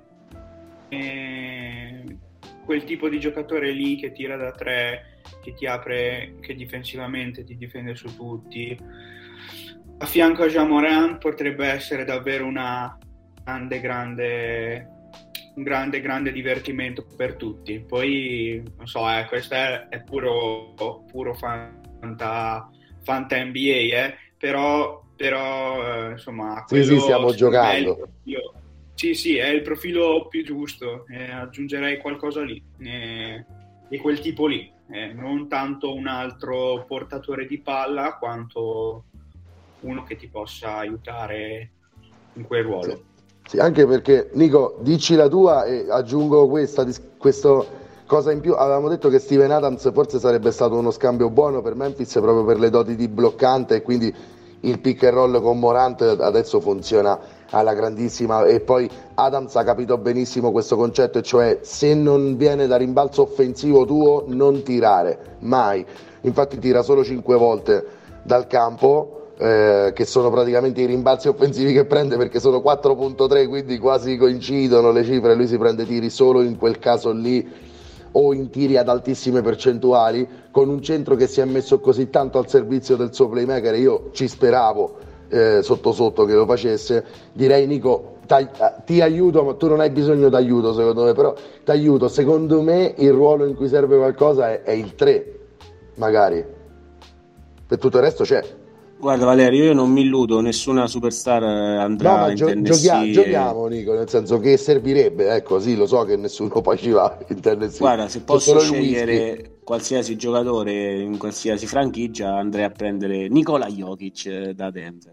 eh, quel tipo di giocatore lì che tira da tre, che ti apre, che difensivamente ti difende su tutti. A fianco a Ja Morant potrebbe essere davvero una grande, grande, un grande, grande divertimento per tutti. Poi, non so, eh, questo è, è puro, puro fanta, fanta N B A, eh, però, però eh, insomma, Sì, sì, quello stiamo secondo me è il giocando. profilo, sì, sì, è il profilo più giusto. Eh, aggiungerei qualcosa lì. Eh, di quel tipo lì, eh, non tanto un altro portatore di palla quanto uno che ti possa aiutare in quel ruolo. Sì. Sì, anche perché, Nico, dici la tua e aggiungo questa, questo cosa in più. Avevamo detto che Steven Adams forse sarebbe stato uno scambio buono per Memphis proprio per le doti di bloccante, e quindi il pick and roll con Morant adesso funziona alla grandissima, e poi Adams ha capito benissimo questo concetto, e cioè se non viene da rimbalzo offensivo tuo non tirare, mai. Infatti tira solo cinque volte dal campo, Eh, che sono praticamente i rimbalzi offensivi che prende, perché sono quattro virgola tre, quindi quasi coincidono le cifre. Lui si prende tiri solo in quel caso lì, o in tiri ad altissime percentuali, con un centro che si è messo così tanto al servizio del suo playmaker. Io ci speravo eh, sotto sotto che lo facesse. Direi, Nico, ti aiuto, ma tu non hai bisogno d'aiuto secondo me, però ti aiuto. Secondo me il ruolo in cui serve qualcosa è, è il tre, magari. Per tutto il resto c'è. Guarda Valerio, io non mi illudo, nessuna superstar andrà no, ma in gio- Tennessee. Giochia- e... Giochiamo, Nico, nel senso che servirebbe, ecco, sì, lo so che nessuno poi ci va in Tennessee. Guarda, se posso scegliere qualsiasi giocatore in qualsiasi franchigia, andrei a prendere Nikola Jokic da Denver.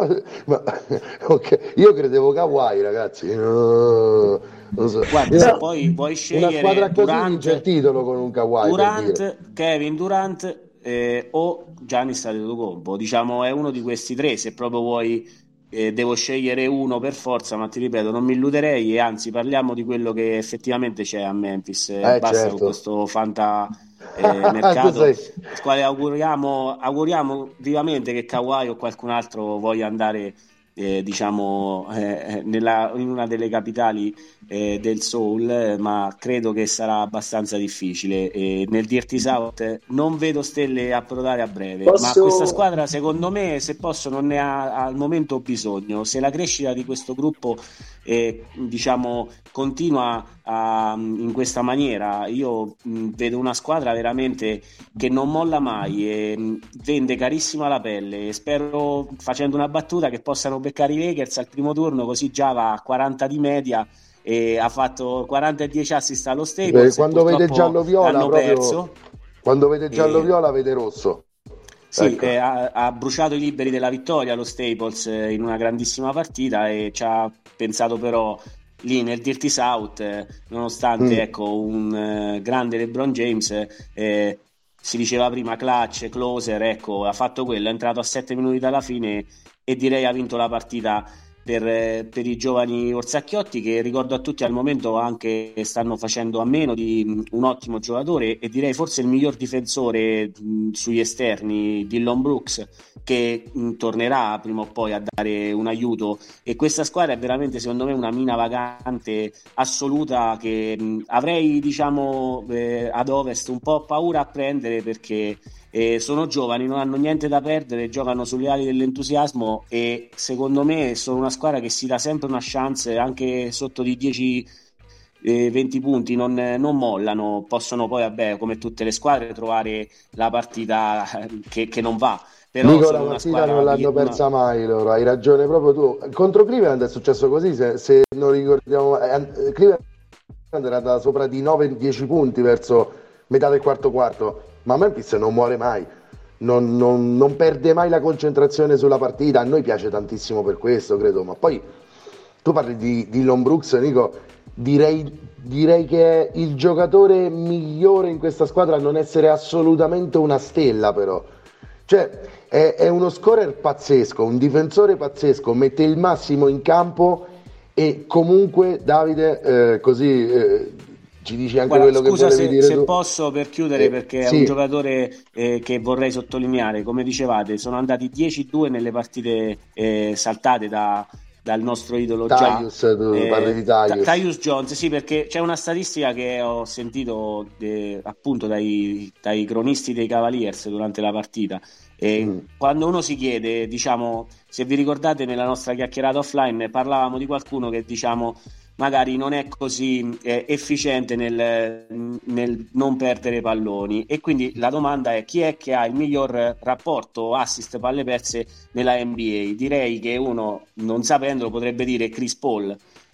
ma, okay. Io credevo Kawhi, ragazzi. No, non so. Guarda, Io, se poi vuoi scegliere una squadra così Durant, vince il titolo con un Kawhi, Durant Kevin Durant eh, o Giannis Antetokounmpo, diciamo è uno di questi tre. Se proprio vuoi eh, devo scegliere uno per forza, ma ti ripeto, non mi illuderei, e anzi parliamo di quello che effettivamente c'è a Memphis. Eh, basta certo. con questo fanta eh, mercato, quale auguriamo, auguriamo vivamente che Kawhi o qualcun altro voglia andare eh, diciamo eh, nella, in una delle capitali eh, del soul, eh, ma credo che sarà abbastanza difficile. E nel Dirty South eh, non vedo stelle approdare a breve. Posso... ma questa squadra secondo me, se posso, non ne ha al momento bisogno. Se la crescita di questo gruppo eh, diciamo continua a, in questa maniera, io mh, vedo una squadra veramente che non molla mai e mh, vende carissima la pelle, e spero, facendo una battuta, che possano beccare i Lakers al primo turno, così già va a quaranta di media e ha fatto quaranta e dieci assist allo Staples. Beh, quando vede giallo-viola hanno proprio, perso. Quando vede giallo-viola e... vede rosso. Sì, ecco. eh, ha, ha bruciato i liberi della vittoria allo Staples eh, in una grandissima partita, e ci ha pensato però lì nel Dirty South, eh, nonostante mm. ecco un eh, grande LeBron James, eh, si diceva prima clutch, closer, ecco, ha fatto quello, è entrato a sette minuti dalla fine e direi ha vinto la partita per, eh, per i giovani Orsacchiotti, che ricordo a tutti al momento anche stanno facendo a meno di mh, un ottimo giocatore, e direi forse il miglior difensore mh, sugli esterni, Dillon Brooks, che mh, tornerà prima o poi a dare un aiuto. E questa squadra è veramente, secondo me, una mina vagante assoluta, che mh, avrei diciamo eh, ad Ovest un po' paura a prendere, perché Eh, sono giovani, non hanno niente da perdere, giocano sulle ali dell'entusiasmo, e secondo me sono una squadra che si dà sempre una chance, anche sotto di dieci venti punti non, non mollano. Possono poi, vabbè, come tutte le squadre, trovare la partita che, che non va, però Nico, sono la una partita non l'hanno di... persa mai loro, hai ragione proprio tu. Contro Cleveland è successo così, se, se non ricordiamo, eh, Cleveland era andata sopra di nove dieci punti verso metà del quarto quarto, ma Memphis non muore mai, non, non, non perde mai la concentrazione sulla partita. A noi piace tantissimo per questo, credo. Ma poi tu parli di Dillon Brooks, Nico, direi, direi che è il giocatore migliore in questa squadra a non essere assolutamente una stella, però cioè è, è uno scorer pazzesco, un difensore pazzesco, mette il massimo in campo, e comunque Davide eh, così eh, ci dici anche Guarda, quello scusa che volevi se, dire se tu. posso, per chiudere, eh, perché sì. È un giocatore eh, che vorrei sottolineare. Come dicevate, sono andati dieci due nelle partite eh, saltate da, dal nostro idolo Tyus, già tu eh, parli di Tyus. Tyus Jones, sì, perché c'è una statistica che ho sentito eh, appunto dai, dai cronisti dei Cavaliers durante la partita. E mm. quando uno si chiede, diciamo, se vi ricordate nella nostra chiacchierata offline parlavamo di qualcuno che, diciamo, magari non è così eh, efficiente nel, nel non perdere palloni, e quindi la domanda è: chi è che ha il miglior rapporto assist palle perse nella N B A? Direi che uno, non sapendolo, potrebbe dire Chris Paul,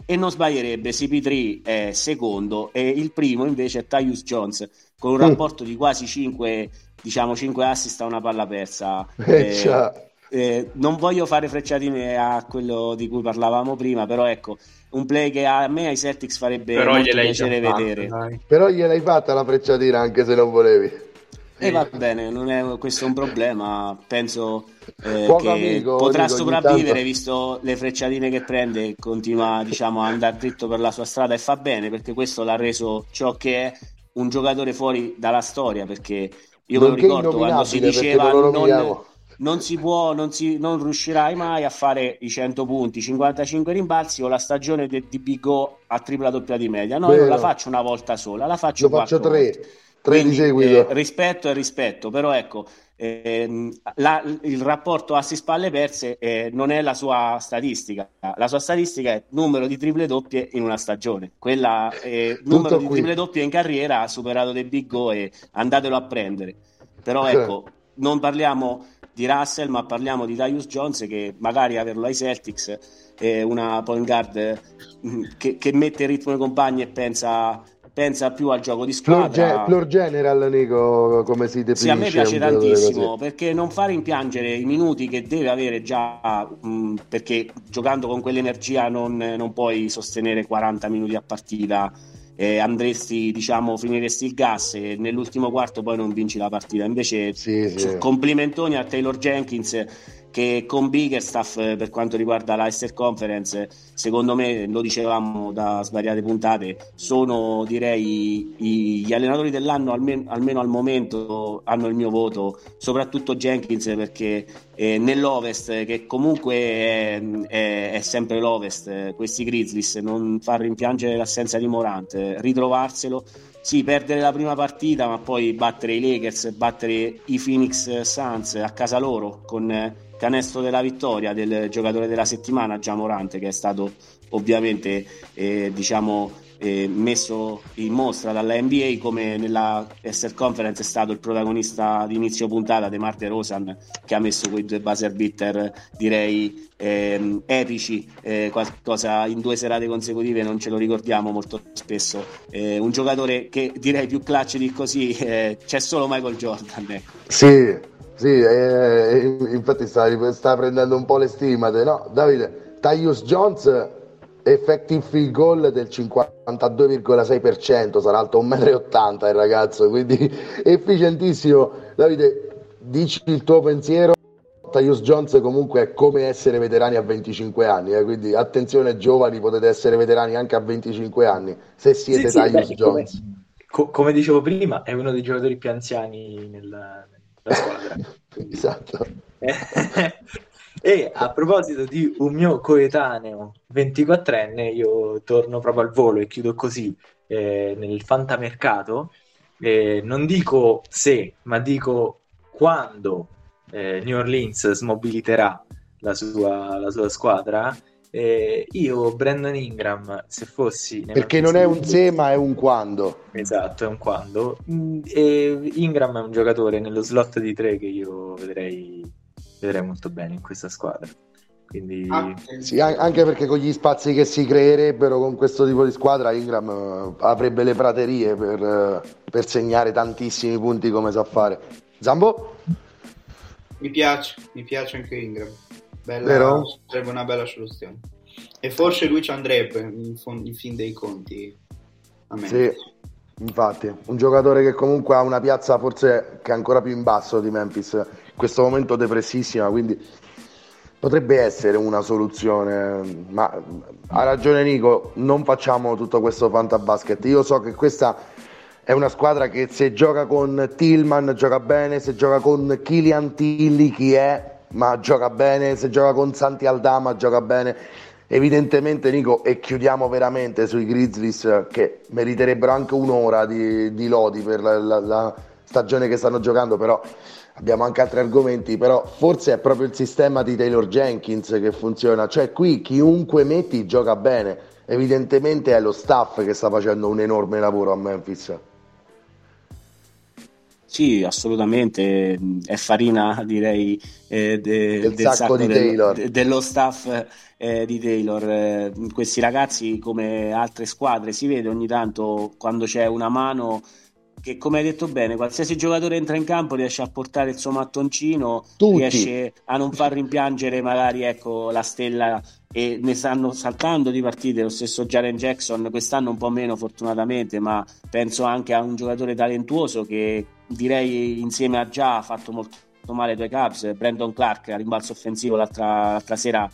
e non sbaglierebbe. C P tre è secondo e il primo invece è Tyus Jones con un rapporto mm. di quasi cinque, diciamo cinque assist a una palla persa. Eh, eh, non voglio fare frecciatine a quello di cui parlavamo prima, però ecco, un play che a me ai Celtics farebbe però molto piacere vedere. Fatto, però gliel'hai fatta la frecciatina anche se non volevi. E eh, va bene, non è questo è un problema, penso eh, che amico, potrà dico, sopravvivere tanto... visto le frecciatine che prende, continua diciamo a andare dritto per la sua strada e fa bene, perché questo l'ha reso ciò che è, un giocatore fuori dalla storia, perché io me lo ricordo quando si diceva non, non, non si può, non, si, non riuscirai mai a fare i cento punti, cinquantacinque rimbalzi o la stagione di, di Big O a tripla doppia di media. No, Vero. io non la faccio una volta sola, la faccio Lo quattro faccio tre. volte. Quindi, eh, rispetto e rispetto, però ecco, ehm, la, il rapporto assist palle perse eh, non è la sua statistica, la sua statistica è numero di triple doppie in una stagione, quella eh, numero di triple doppie in carriera ha superato dei Big O e andatelo a prendere, però ecco, non parliamo di Russell ma parliamo di Tyus Jones, che magari averlo ai Celtics è una point guard che, che mette il ritmo ai compagni e pensa pensa più al gioco di squadra. Floor general, Nico, come si definisce? Sì, a me piace tantissimo, perché non fa rimpiangere i minuti che deve avere già, mh, perché giocando con quell'energia non, non puoi sostenere quaranta minuti a partita, eh, andresti, diciamo, finiresti il gas e nell'ultimo quarto poi non vinci la partita. Invece sì, sì. complimentoni a Taylor Jenkins, che con Bickerstaff per quanto riguarda la Eastern Conference, secondo me, lo dicevamo da svariate puntate, sono direi gli allenatori dell'anno, almeno, almeno al momento hanno il mio voto, soprattutto Jenkins, perché eh, nell'Ovest, che comunque è, è, è sempre l'Ovest, questi Grizzlies, non fa rimpiangere l'assenza di Morant, ritrovarselo. Sì, perdere la prima partita, ma poi battere i Lakers, battere i Phoenix Suns a casa loro con canestro della vittoria del giocatore della settimana, Ja Morant, che è stato ovviamente eh, diciamo eh, messo in mostra dalla N B A, come nella Eastern Conference è stato il protagonista di inizio puntata, DeMar DeRozan, che ha messo quei due buzzer beater direi eh, epici, eh, qualcosa in due serate consecutive non ce lo ricordiamo molto spesso, eh, un giocatore che direi più clutch di così eh, c'è solo Michael Jordan, ecco. Sì, sì, eh, infatti sta, sta prendendo un po' le stimate, no? Davide, Tyus Jones effective field goal del cinquantadue virgola sei per cento, sarà alto un metro e ottanta il ragazzo, quindi efficientissimo. Davide, dici il tuo pensiero. Tyus Jones comunque è come essere veterani a venticinque anni, eh? Quindi attenzione giovani, potete essere veterani anche a venticinque anni se siete sì, Tyus sì, Jones. Come, co- come dicevo prima, è uno dei giocatori più anziani nella, nella squadra. Esatto. E a proposito di un mio coetaneo ventiquattrenne, io torno proprio al volo e chiudo così eh, nel fantamercato. Eh, non dico se, ma dico quando eh, New Orleans smobiliterà la sua, la sua squadra. Eh, io, Brandon Ingram, se fossi... Perché non è un se, ma è un quando. Esatto, è un quando. E Ingram è un giocatore nello slot di tre che io vedrei... vedrei molto bene in questa squadra, quindi ah, sì, anche perché con gli spazi che si creerebbero con questo tipo di squadra Ingram uh, avrebbe le praterie per, uh, per segnare tantissimi punti come sa fare. Zambo? Mi piace, mi piace anche Ingram, bella, Vero? sarebbe una bella soluzione e forse lui ci andrebbe in, in fin dei conti a me. Sì, infatti un giocatore che comunque ha una piazza forse che è ancora più in basso di Memphis, in questo momento depressissima, quindi potrebbe essere una soluzione. Ma ha ragione Nico, non facciamo tutto questo fantabasket. Io so che questa è una squadra che se gioca con Tillman gioca bene, se gioca con Killian Tilly chi è, ma gioca bene, se gioca con Santi Aldama gioca bene. Evidentemente Nico, e chiudiamo veramente sui Grizzlies che meriterebbero anche un'ora di, di lodi per la, la, la stagione che stanno giocando, però abbiamo anche altri argomenti, però forse è proprio il sistema di Taylor Jenkins che funziona, cioè qui chiunque metti gioca bene, evidentemente è lo staff che sta facendo un enorme lavoro a Memphis. Sì, assolutamente, è farina direi eh, de- Del del sacco sacco di dello, Taylor. de- dello staff eh, di Taylor. Eh, questi ragazzi, come altre squadre, si vede ogni tanto quando c'è una mano che, come hai detto bene, qualsiasi giocatore entra in campo riesce a portare il suo mattoncino, Tutti. riesce a non far rimpiangere magari ecco, la stella, e ne stanno saltando di partite. Lo stesso Jaren Jackson, quest'anno un po' meno fortunatamente, ma penso anche a un giocatore talentuoso che direi insieme a Già ha fatto molto male ai due Cubs, Brandon Clark a rimbalzo offensivo l'altra, l'altra sera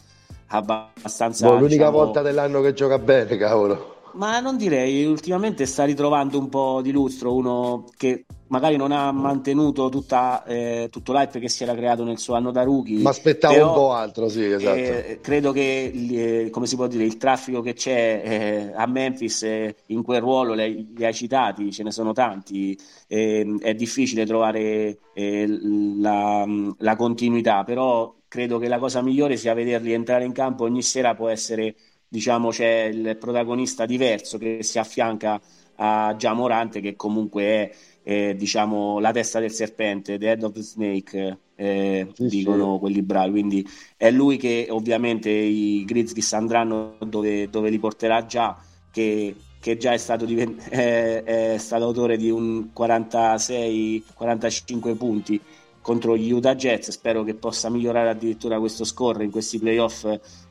Boh, abbastanza, l'unica diciamo, volta dell'anno che gioca bene, cavolo. ma non direi, ultimamente sta ritrovando un po' di lustro, uno che magari non ha mantenuto tutta, eh, tutto l'hype che si era creato nel suo anno da Ma rookie, aspettavo un però po' altro, sì, esatto. eh, credo che, eh, come si può dire, il traffico che c'è eh, a Memphis eh, in quel ruolo, li, li hai citati, ce ne sono tanti, eh, è difficile trovare eh, la, la continuità, però credo che la cosa migliore sia vederli entrare in campo ogni sera. Può essere, diciamo, c'è il protagonista diverso che si affianca a Già Morante, che comunque è eh, diciamo la testa del serpente, the head of the snake, eh, Sì, sì. dicono quelli bravi, quindi è lui che ovviamente i Grizzlies andranno dove, dove li porterà Già, che, che già è stato, diven- è, è stato autore di un quarantasei quarantacinque punti contro gli Utah Jazz. Spero che possa migliorare addirittura questo score in questi playoff.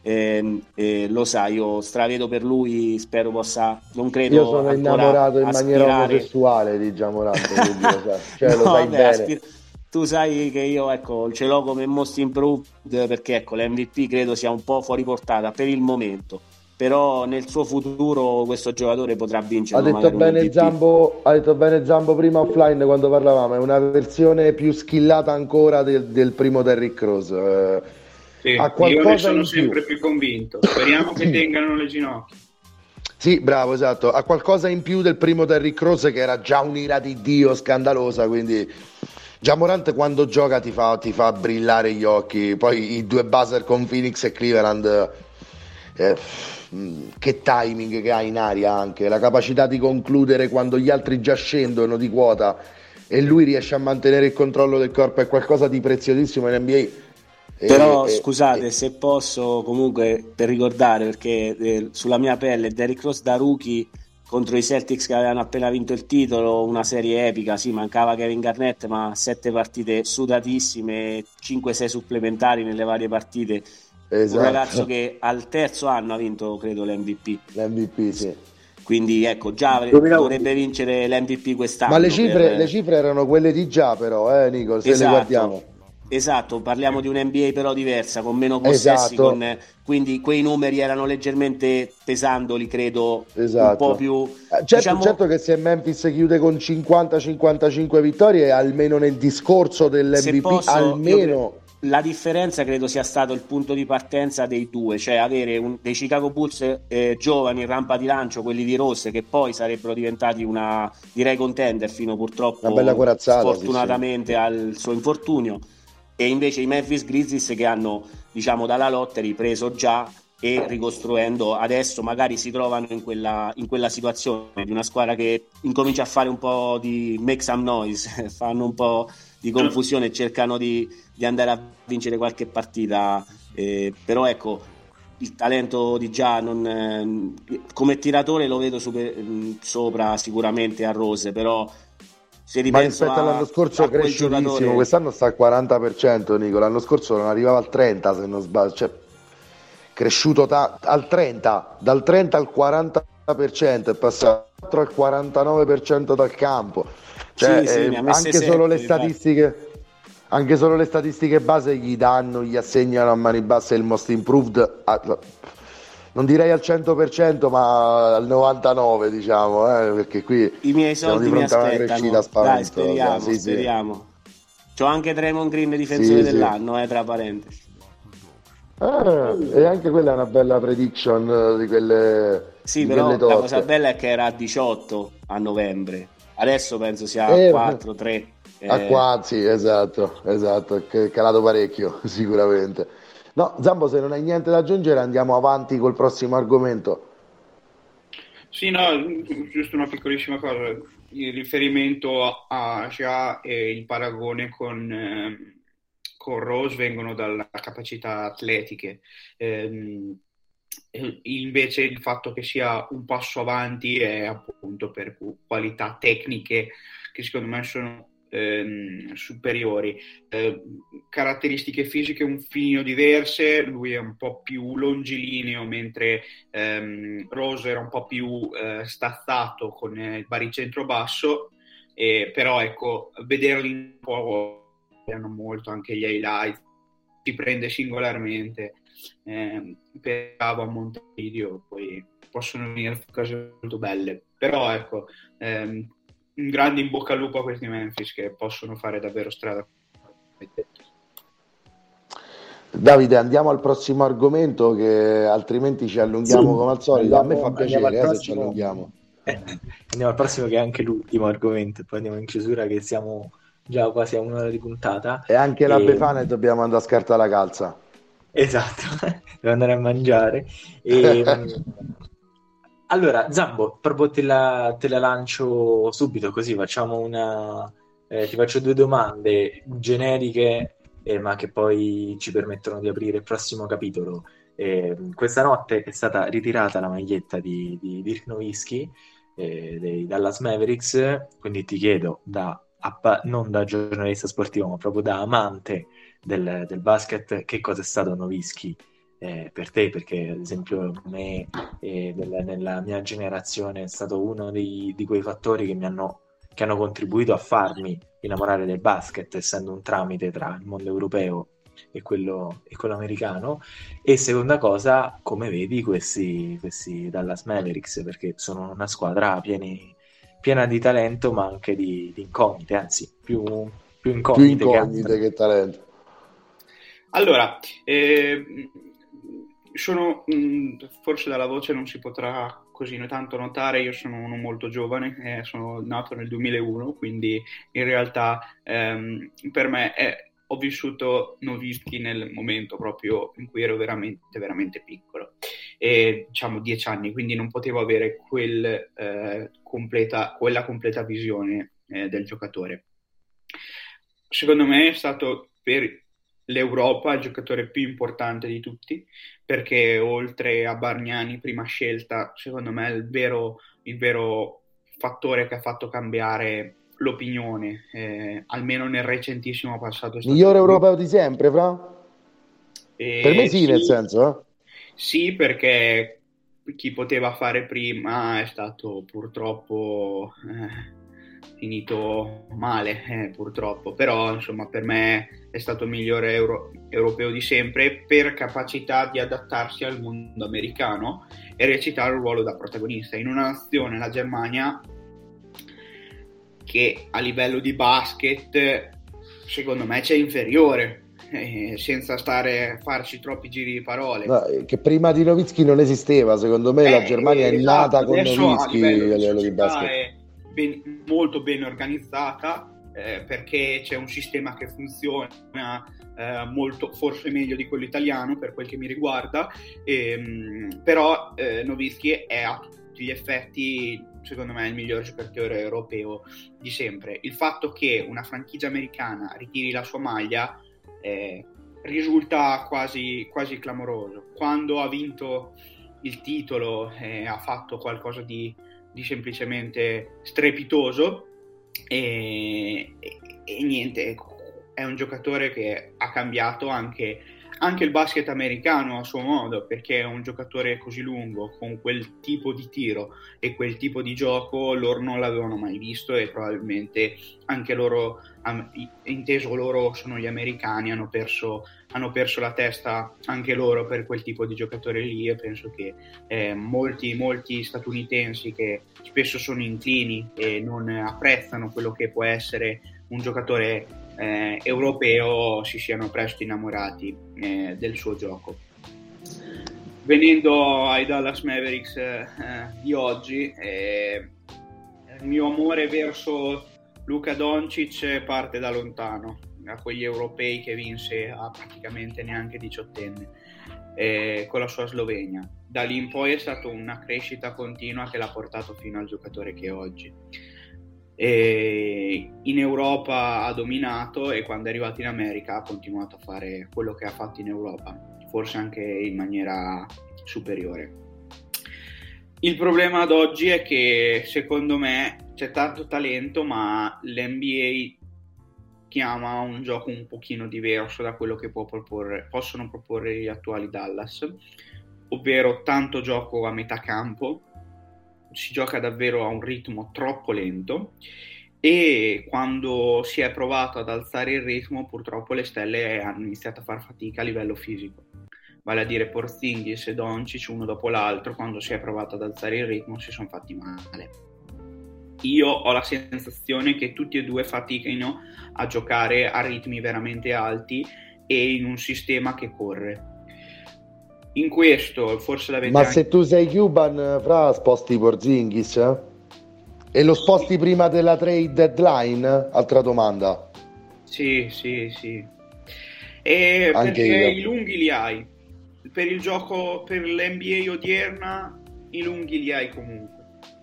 Eh, eh, lo sai, io stravedo per lui, spero possa, non Io credo sono ancora innamorato in maniera aspirare. omosessuale di Giamorante, quindi lo sai, cioè No, lo sai vabbè, bene. aspir- tu sai che io ecco, ce l'ho come most improved perché ecco, l'M V P credo sia un po' fuori portata per il momento, però nel suo futuro questo giocatore potrà Ha vincerlo detto magari un bene M V P. Zambo, ha detto bene Zambo prima offline quando parlavamo, è una versione più skillata ancora del, del primo Derrick Rose. Eh, ha Sì, io ne qualcosa sono in più. sempre più convinto. Speriamo che tengano le ginocchia. Sì, bravo, esatto. Ha qualcosa in più del primo Derrick Rose che era già un'ira di Dio scandalosa, quindi già Morant quando gioca ti fa, ti fa brillare gli occhi. Poi i due buzzer con Phoenix e Cleveland, eh, mh, che timing che ha in aria anche, la capacità di concludere quando gli altri già scendono di quota e lui riesce a mantenere il controllo del corpo, è qualcosa di preziosissimo in N B A. E, Però e- scusate, e- se posso comunque per ricordare, perché eh, sulla mia pelle Derrick Rose da rookie contro i Celtics che avevano appena vinto il titolo, una serie epica, sì, mancava Kevin Garnett, ma sette partite sudatissime, cinque sei supplementari nelle varie partite. Un ragazzo esatto, che al terzo anno ha vinto, credo, l'M V P. l'M V P, sì. Quindi ecco, già avre- dovrebbe duemilaundici. vincere l'M V P Ma le quest'anno cifre, le per... cifre erano quelle di già, però, eh, Nico, se le Esatto, guardiamo. esatto, parliamo di un N B A però diversa, con meno possessi, Esatto, con... quindi quei numeri erano leggermente pesandoli, credo, un po' esatto. più, Eh, Certo, diciamo, certo che se Memphis chiude con cinquanta cinquantacinque vittorie, almeno nel discorso se dell'M V P, posso, io cre- almeno. la differenza credo sia stato il punto di partenza dei due, cioè avere un- dei Chicago Bulls eh, giovani in rampa di lancio, quelli di Rose, che poi sarebbero diventati una, direi, contender fino Una bella purtroppo, corazzata, sì, sì. sfortunatamente, al suo infortunio, e invece i Memphis Grizzlies che hanno, diciamo, dalla lottery preso già e ricostruendo adesso magari si trovano in quella, in quella situazione di una squadra che incomincia a fare un po' di make some noise, fanno un po' di confusione e cercano di, di andare a vincere qualche partita, eh, però ecco, il talento di Già non, eh, come tiratore lo vedo super, mh, sopra sicuramente a Rose, però se Ma ripenso rispetto a, all'anno scorso a quel cresciutissimo, giocatore. quest'anno sta al quaranta per cento, Nico. L'anno scorso non arrivava al trenta, se non sbaglio, cioè cresciuto ta- al trenta, dal trenta al quaranta per cento, è passato al quarantanove per cento dal campo. Cioè, Sì, sì, ne eh, ha messe anche solo le sette, infatti. statistiche, anche solo le statistiche base gli danno, gli assegnano a mani basse il most improved, a- non direi al cento per cento, ma al novantanove, diciamo, eh, perché qui I miei siamo di soldi mi fronte a una crescita aspettano. Dai, spaventosa. speriamo, Sì, sì, speriamo. C'ho anche Draymond Green difensore sì, sì. dell'anno, eh, tra parentesi. Ah, e anche quella è una bella prediction eh, di quelle, Sì, di quelle però la cosa toste. bella è che era a diciotto a novembre. Adesso penso sia a E quattro, tre. a Eh, qua, sì, esatto, esatto, è che- è calato parecchio, sicuramente. No, Zambo, se non hai niente da aggiungere, andiamo avanti col prossimo argomento. Sì, no, giusto una piccolissima cosa, il riferimento a Ja e il paragone con, eh, con Rose vengono dalla capacità atletiche. Ehm, invece il fatto che sia un passo avanti è appunto per qualità tecniche che secondo me sono ehm, superiori. Eh, caratteristiche fisiche un filino diverse, lui è un po' più longilineo, mentre ehm, Rose era un po' più eh, stazzato con il baricentro basso, eh, però ecco, vederli un po' hanno molto anche gli highlights, si prende singolarmente eh, per Cavo a Montevideo, poi possono venire cose molto belle, però ecco ehm, un grande in bocca al lupo a questi Memphis che possono fare davvero strada. Davide, andiamo al prossimo argomento che altrimenti ci allunghiamo sì, come al solito. andiamo, A me fa piacere eh, se ci prossimo, allunghiamo. eh, andiamo al prossimo che è anche l'ultimo argomento, poi andiamo in chiusura che siamo già quasi a un'ora di puntata. E anche la e... Befana e dobbiamo andare a scartare la calza. Esatto, devo andare a mangiare. E... allora, Zambo, proprio te la, te la lancio subito, così facciamo una... Eh, ti faccio due domande generiche, eh, ma che poi ci permettono di aprire il prossimo capitolo. Eh, questa notte è stata ritirata la maglietta di, di Dirk Nowitzki, eh, dei Dallas Mavericks, quindi ti chiedo, da, appa- non da giornalista sportivo, ma proprio da amante del, del basket, che cosa è stato Nowitzki eh, per te? Perché ad esempio me e del, nella mia generazione è stato uno dei, di quei fattori che mi hanno, che hanno contribuito a farmi innamorare del basket, essendo un tramite tra il mondo europeo e quello, e quello americano. E seconda cosa, come vedi questi, questi Dallas Mavericks, perché sono una squadra pieni, piena di talento ma anche di, di incognite, anzi più, più incognite, più incognite che, che talento. Allora, eh, sono mh, forse dalla voce non si potrà così tanto notare, io sono uno molto giovane, eh, sono nato nel duemilauno, quindi in realtà ehm, per me è, ho vissuto Nowitzki nel momento proprio in cui ero veramente veramente piccolo, e, diciamo dieci anni, quindi non potevo avere quel, eh, completa, quella completa visione eh, del giocatore. Secondo me è stato per l'Europa il giocatore più importante di tutti, perché oltre a Bargnani prima scelta, secondo me il vero, il vero fattore che ha fatto cambiare l'opinione, eh, almeno nel recentissimo passato, è stato migliore lui. Europeo di sempre, Fra? Eh, per me sì, sì, nel senso eh? sì, perché chi poteva fare prima è stato purtroppo eh, finito male, eh, purtroppo, però insomma per me è stato il migliore euro- europeo di sempre per capacità di adattarsi al mondo americano e recitare il ruolo da protagonista in una nazione, la Germania, che a livello di basket secondo me c'è inferiore, eh, senza stare a farci troppi giri di parole. No, che prima di Nowitzki non esisteva, secondo me eh, la Germania è esatto, nata con Nowitzki a livello, a livello di basket. È ben, molto ben organizzata, eh, perché c'è un sistema che funziona eh, molto, forse meglio di quello italiano per quel che mi riguarda, ehm, però eh, Nowitzki è a tutti gli effetti secondo me il miglior giocatore europeo di sempre. Il fatto che una franchigia americana ritiri la sua maglia eh, risulta quasi, quasi clamoroso. Quando ha vinto il titolo eh, ha fatto qualcosa di, di semplicemente strepitoso e, e, e niente, è un giocatore che ha cambiato anche anche il basket americano a suo modo, perché è un giocatore così lungo, con quel tipo di tiro e quel tipo di gioco loro non l'avevano mai visto, e probabilmente anche loro, inteso loro sono gli americani, hanno perso, hanno perso la testa anche loro per quel tipo di giocatore lì. E penso che eh, molti, molti statunitensi che spesso sono inclini e non apprezzano quello che può essere un giocatore Eh, europeo si siano presto innamorati eh, del suo gioco. Venendo ai Dallas Mavericks eh, di oggi, eh, il mio amore verso Luka Doncic parte da lontano, da quegli europei che vinse a praticamente neanche diciottenne. eh, con la sua Slovenia. Da lì in poi è stata una crescita continua che l'ha portato fino al giocatore che è oggi. E in Europa ha dominato, e quando è arrivato in America ha continuato a fare quello che ha fatto in Europa, forse anche in maniera superiore. Il problema ad oggi è che secondo me c'è tanto talento, ma l'N B A chiama un gioco un pochino diverso da quello che può proporre, possono proporre gli attuali Dallas, ovvero tanto gioco a metà campo, si gioca davvero a un ritmo troppo lento, e quando si è provato ad alzare il ritmo purtroppo le stelle hanno iniziato a far fatica a livello fisico, vale a dire Porzingis e Doncic uno dopo l'altro. Quando si è provato ad alzare il ritmo si sono fatti male. Io ho la sensazione che tutti e due fatichino a giocare a ritmi veramente alti e in un sistema che corre. In questo forse l'avete. Ma anche... se tu sei Cuban, Fra, sposti Porzingis, eh? E lo sposti prima della trade deadline? Altra domanda. Sì, sì, sì. E Anche perché io. i lunghi li hai. Per il gioco, per l'N B A odierna, i lunghi li hai comunque.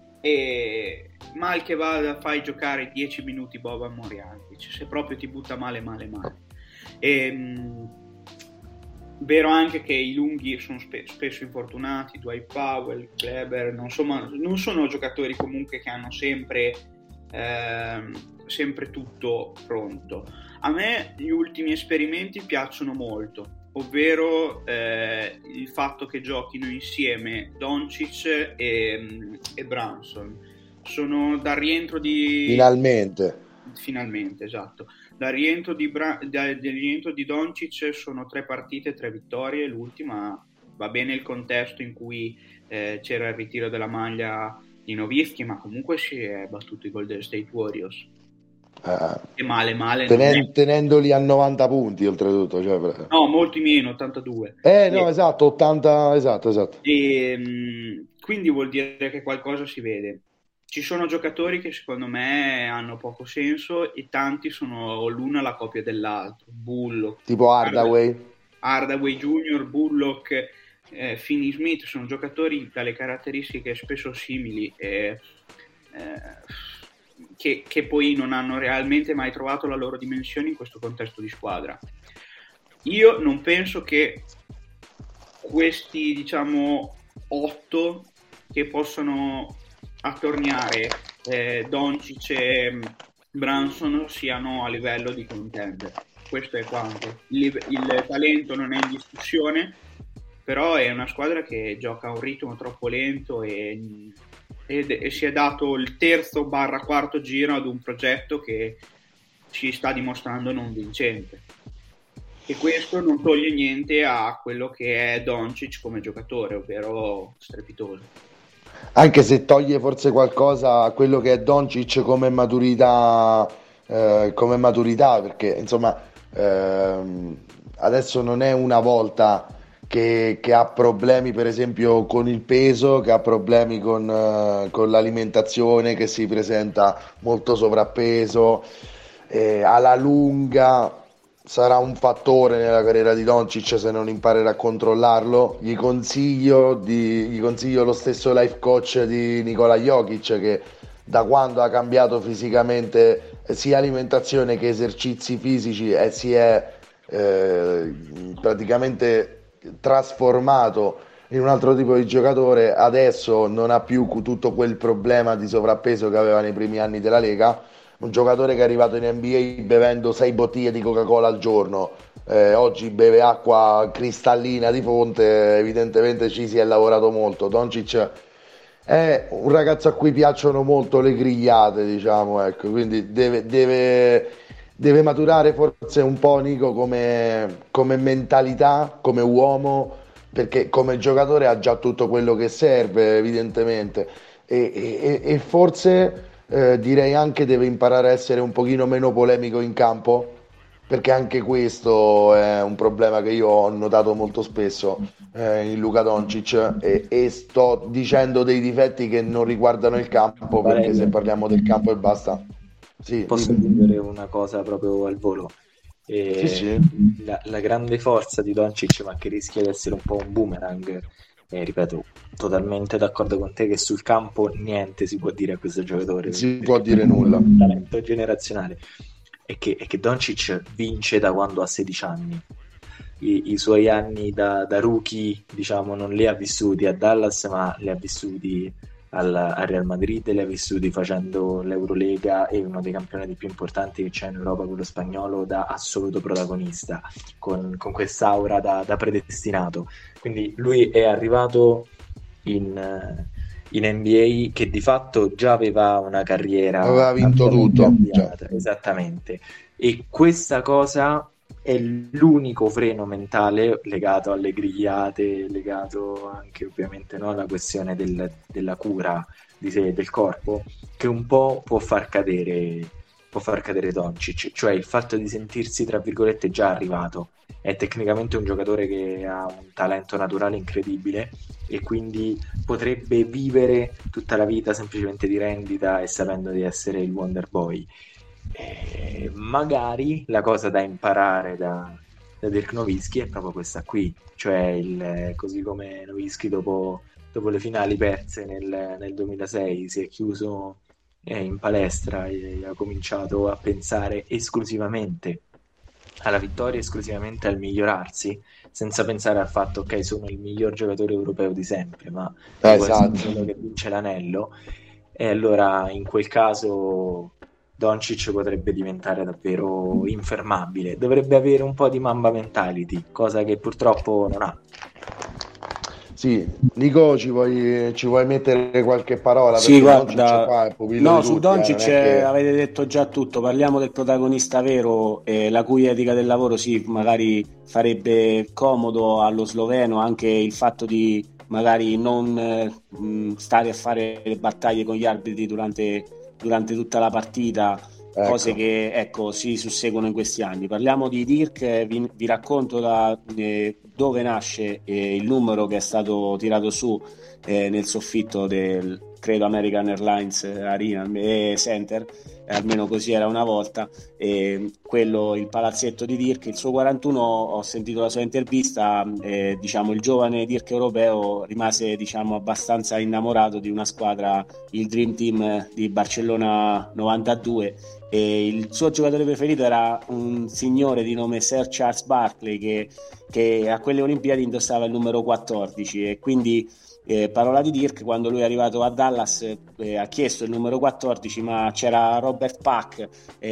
E mal che vada, fai giocare dieci minuti Boban Marjanovic, se proprio ti butta male male male. E, mh, vero anche che i lunghi sono spe- spesso infortunati, Dwight Powell, Kleber, non, insomma, non sono giocatori comunque che hanno sempre ehm, sempre tutto pronto. A me gli ultimi esperimenti piacciono molto, ovvero eh, il fatto che giochino insieme Doncic e, e Brunson. Sono dal rientro di Finalmente. finalmente esatto dal rientro di, Bra... da, del rientro di Doncic sono tre partite, tre vittorie. L'ultima va bene il contesto in cui eh, c'era il ritiro della maglia di Nowitzki, ma comunque si è battuto i Golden State Warriors. Eh, E male male tenen- non è... tenendoli a novanta punti oltretutto, cioè, per- no, molti meno, ottantadue. eh no e, esatto, ottanta, esatto esatto e mh, quindi vuol dire che qualcosa si vede. Ci sono giocatori che secondo me hanno poco senso e tanti sono l'una la copia dell'altro. Bullock, tipo Hardaway. Hardaway Junior, Bullock, eh, Finney Smith sono giocatori dalle caratteristiche spesso simili e, eh, che, che poi non hanno realmente mai trovato la loro dimensione in questo contesto di squadra. Io non penso che questi, diciamo, otto che possono attorniare eh, Doncic e Brunson siano a livello di contender. Questo è quanto. Il, il talento non è in discussione, però è una squadra che gioca a un ritmo troppo lento e, e, e si è dato il terzo barra quarto giro ad un progetto che si sta dimostrando non vincente. E questo non toglie niente a quello che è Doncic come giocatore, ovvero strepitoso. Anche se toglie forse qualcosa a quello che è Doncic come maturità, eh, come maturità, perché insomma ehm, adesso non è una volta che, che ha problemi per esempio con il peso, che ha problemi con, eh, con l'alimentazione, che si presenta molto sovrappeso, eh, alla lunga sarà un fattore nella carriera di Doncic se non imparerà a controllarlo. Gli consiglio, di, gli consiglio lo stesso life coach di Nikola Jokic, che da quando ha cambiato fisicamente sia alimentazione che esercizi fisici e si è eh, praticamente trasformato in un altro tipo di giocatore, adesso non ha più tutto quel problema di sovrappeso che aveva nei primi anni della Lega. Un giocatore che è arrivato in N B A bevendo sei bottiglie di Coca-Cola al giorno, eh, oggi beve acqua cristallina di fonte, evidentemente ci si è lavorato molto. Doncic è un ragazzo a cui piacciono molto le grigliate, diciamo, ecco, quindi deve, deve, deve maturare forse un po' Nico come, come mentalità, come uomo, perché come giocatore ha già tutto quello che serve, evidentemente, e, e, e forse... Eh, direi anche deve imparare a essere un pochino meno polemico in campo, perché anche questo è un problema che io ho notato molto spesso eh, in Luka Doncic, e, e sto dicendo dei difetti che non riguardano il campo, perché Valerio, se parliamo del campo e basta. Sì, posso dimmi. aggiungere una cosa proprio al volo? E Sì, sì. la, la grande forza di Doncic, ma che rischia di essere un po' un boomerang, e ripeto, totalmente d'accordo con te che sul campo niente si può dire a questo giocatore Non si può perché dire è nulla. un talento generazionale, è che, è che Doncic vince da quando ha sedici anni. I, i suoi anni da, da rookie, diciamo, non li ha vissuti a Dallas, ma li ha vissuti al, al Real Madrid, li ha vissuti facendo l'Eurolega e uno dei campionati più importanti che c'è in Europa, quello spagnolo, da assoluto protagonista, con, con quest'aura da, da predestinato. Quindi lui è arrivato in, in N B A che di fatto già aveva una carriera Aveva vinto ampiamente tutto, cioè. avviata, esattamente. E questa cosa è l'unico freno mentale legato alle grigliate, legato anche ovviamente, no, alla questione del- della cura di sé, del corpo, che un po' può far cadere, può far cadere Doncic, cioè il fatto di sentirsi, tra virgolette, già arrivato. È tecnicamente un giocatore che ha un talento naturale incredibile e quindi potrebbe vivere tutta la vita semplicemente di rendita e sapendo di essere il Wonder Boy. E magari la cosa da imparare da, da Dirk Nowitzki è proprio questa qui, cioè il, così come Nowitzki dopo, dopo le finali perse nel, nel duemilasei si è chiuso eh, in palestra e ha cominciato a pensare esclusivamente alla vittoria, esclusivamente al migliorarsi, senza pensare al fatto che okay, sono il miglior giocatore europeo di sempre, ma Eh, devo essere esatto. quello che vince l'anello. E allora in quel caso Doncic potrebbe diventare davvero infermabile. Dovrebbe avere un po' di Mamba mentality, cosa che purtroppo non ha. Sì, Nico, ci vuoi, ci vuoi mettere qualche parola? Sì, Perché Doncic guarda, qua è il pupillo no, di su tutti, eh, non Doncic è eh, che... avete detto già tutto, parliamo del protagonista vero, eh, la cui etica del lavoro sì, magari farebbe comodo allo sloveno anche il fatto di magari non eh, mh, stare a fare le battaglie con gli arbitri durante, durante tutta la partita, cose Ecco. che ecco si susseguono in questi anni. Parliamo di Dirk, eh, vi, vi racconto da, eh, dove nasce eh, il numero che è stato tirato su eh, nel soffitto del credo American Airlines Arena e Center, eh, almeno così era una volta, e quello il palazzetto di Dirk, il suo quarantuno. Ho sentito la sua intervista, eh, diciamo il giovane Dirk europeo rimase diciamo abbastanza innamorato di una squadra, il Dream Team di Barcellona novantadue, e il suo giocatore preferito era un signore di nome Sir Charles Barkley che, che a quelle Olimpiadi indossava il numero quattordici, e quindi eh, parola di Dirk, quando lui è arrivato a Dallas eh, ha chiesto il numero quattordici, ma c'era Robert Pack,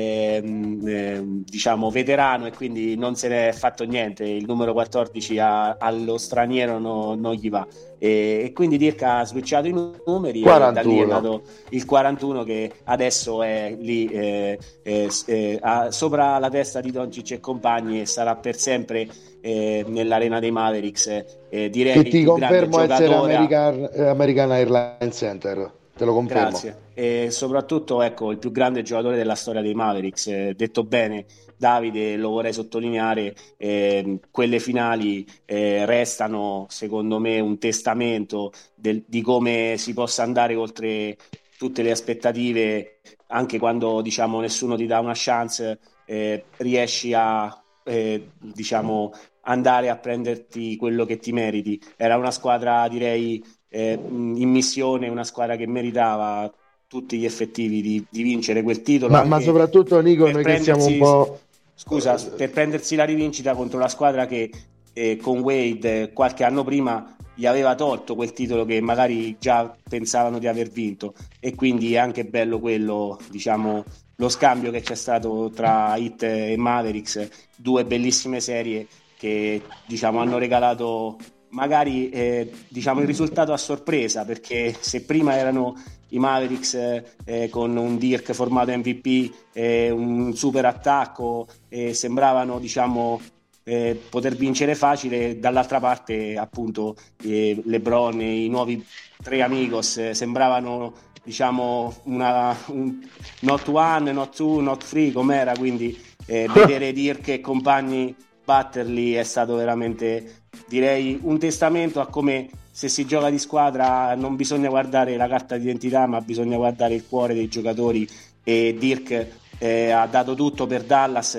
ehm, ehm, diciamo veterano, e quindi non se ne è fatto niente, il numero quattordici a, allo straniero no, non gli va, e, e quindi Dirk ha switchato i numeri e da lì è quarantuno. nato il quarantuno, che adesso è lì eh, eh, eh, a, sopra la testa di Doncic e compagni, e sarà per sempre eh, nell'arena dei Mavericks, eh, direi Che il ti più grande confermo essere giocatore. American, eh, American Airlines Center, te lo confermo. Grazie, e soprattutto ecco il più grande giocatore della storia dei Mavericks. Eh, detto bene Davide, lo vorrei sottolineare, eh, quelle finali eh, restano secondo me un testamento del, di come si possa andare oltre tutte le aspettative, anche quando diciamo nessuno ti dà una chance, eh, riesci a eh, diciamo andare a prenderti quello che ti meriti. Era una squadra direi eh, in missione, una squadra che meritava tutti gli effettivi di, di vincere quel titolo, Ma, ma anche soprattutto, Nico, per noi che siamo un prendersi po'... scusa, per prendersi la rivincita contro la squadra che eh, con Wade eh, qualche anno prima gli aveva tolto quel titolo che magari già pensavano di aver vinto, e quindi è anche bello quello, diciamo, lo scambio che c'è stato tra Heat e Mavericks, due bellissime serie che diciamo hanno regalato magari eh, diciamo il risultato a sorpresa, perché se prima erano i Mavericks eh, con un Dirk formato M V P, eh, un super attacco, eh, sembravano diciamo eh, poter vincere facile, dall'altra parte appunto eh, LeBron e i nuovi tre amigos eh, sembravano diciamo una un not one, not two, not three com'era, quindi eh, vedere Dirk e compagni batterli è stato veramente, direi, un testamento a come se si gioca di squadra non bisogna guardare la carta d'identità, ma bisogna guardare il cuore dei giocatori, e Dirk eh, ha dato tutto per Dallas,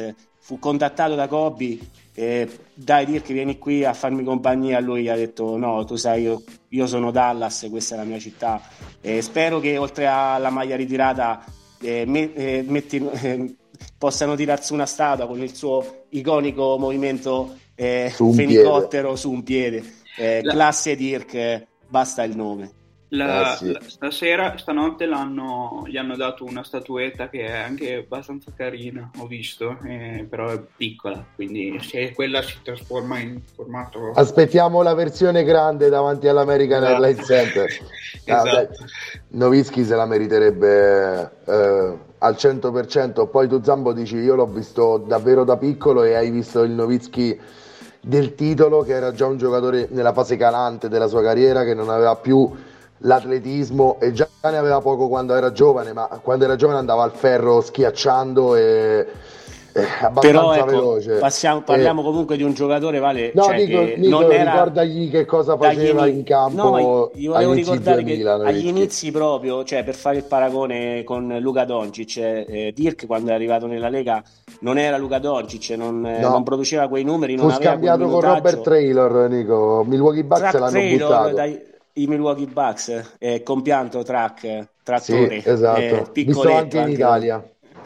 fu contattato da Kobe, eh, dai Dirk vieni qui a farmi compagnia, lui gli ha detto no, tu sai io, io sono Dallas, questa è la mia città, eh, spero che oltre alla maglia ritirata eh, me, eh, metti, eh, possano tirarsi una statua con il suo iconico movimento eh, su fenicottero su un piede, eh, La... classe Dirk, eh, basta il nome. La, eh sì. la, stasera, stanotte l'hanno, gli hanno dato una statuetta che è anche abbastanza carina, ho visto, eh, però è piccola, quindi se quella si trasforma in formato... Aspettiamo la versione grande davanti all'American Esatto. Airlines Center. Esatto. Ah, Nowitzki se la meriterebbe eh, al cento per cento. Poi tu Zambo dici io l'ho visto davvero da piccolo e hai visto il Nowitzki del titolo, che era già un giocatore nella fase calante della sua carriera, che non aveva più l'atletismo e già ne aveva poco quando era giovane, ma quando era giovane andava al ferro schiacciando e eh, abbastanza però ecco, veloce. Passiamo, parliamo eh, comunque di un giocatore, Vale, no, cioè Nico, che Nico non era, ricordagli che cosa faceva ini- in campo. no, ma io volevo ricordare duemila, che agli inizi proprio, cioè per fare il paragone con Luka Doncic, eh, Dirk quando è arrivato nella Lega non era Luka Doncic, non, no. non produceva quei numeri, fu non aveva scambiato quel con Robert Traylor, Nico. Milwaukee Bucks Track l'hanno Traylor buttato dai, i Milwaukee Bucks, eh, compianto track, trattore, sì, esatto. eh, Visto anche in anche Italia.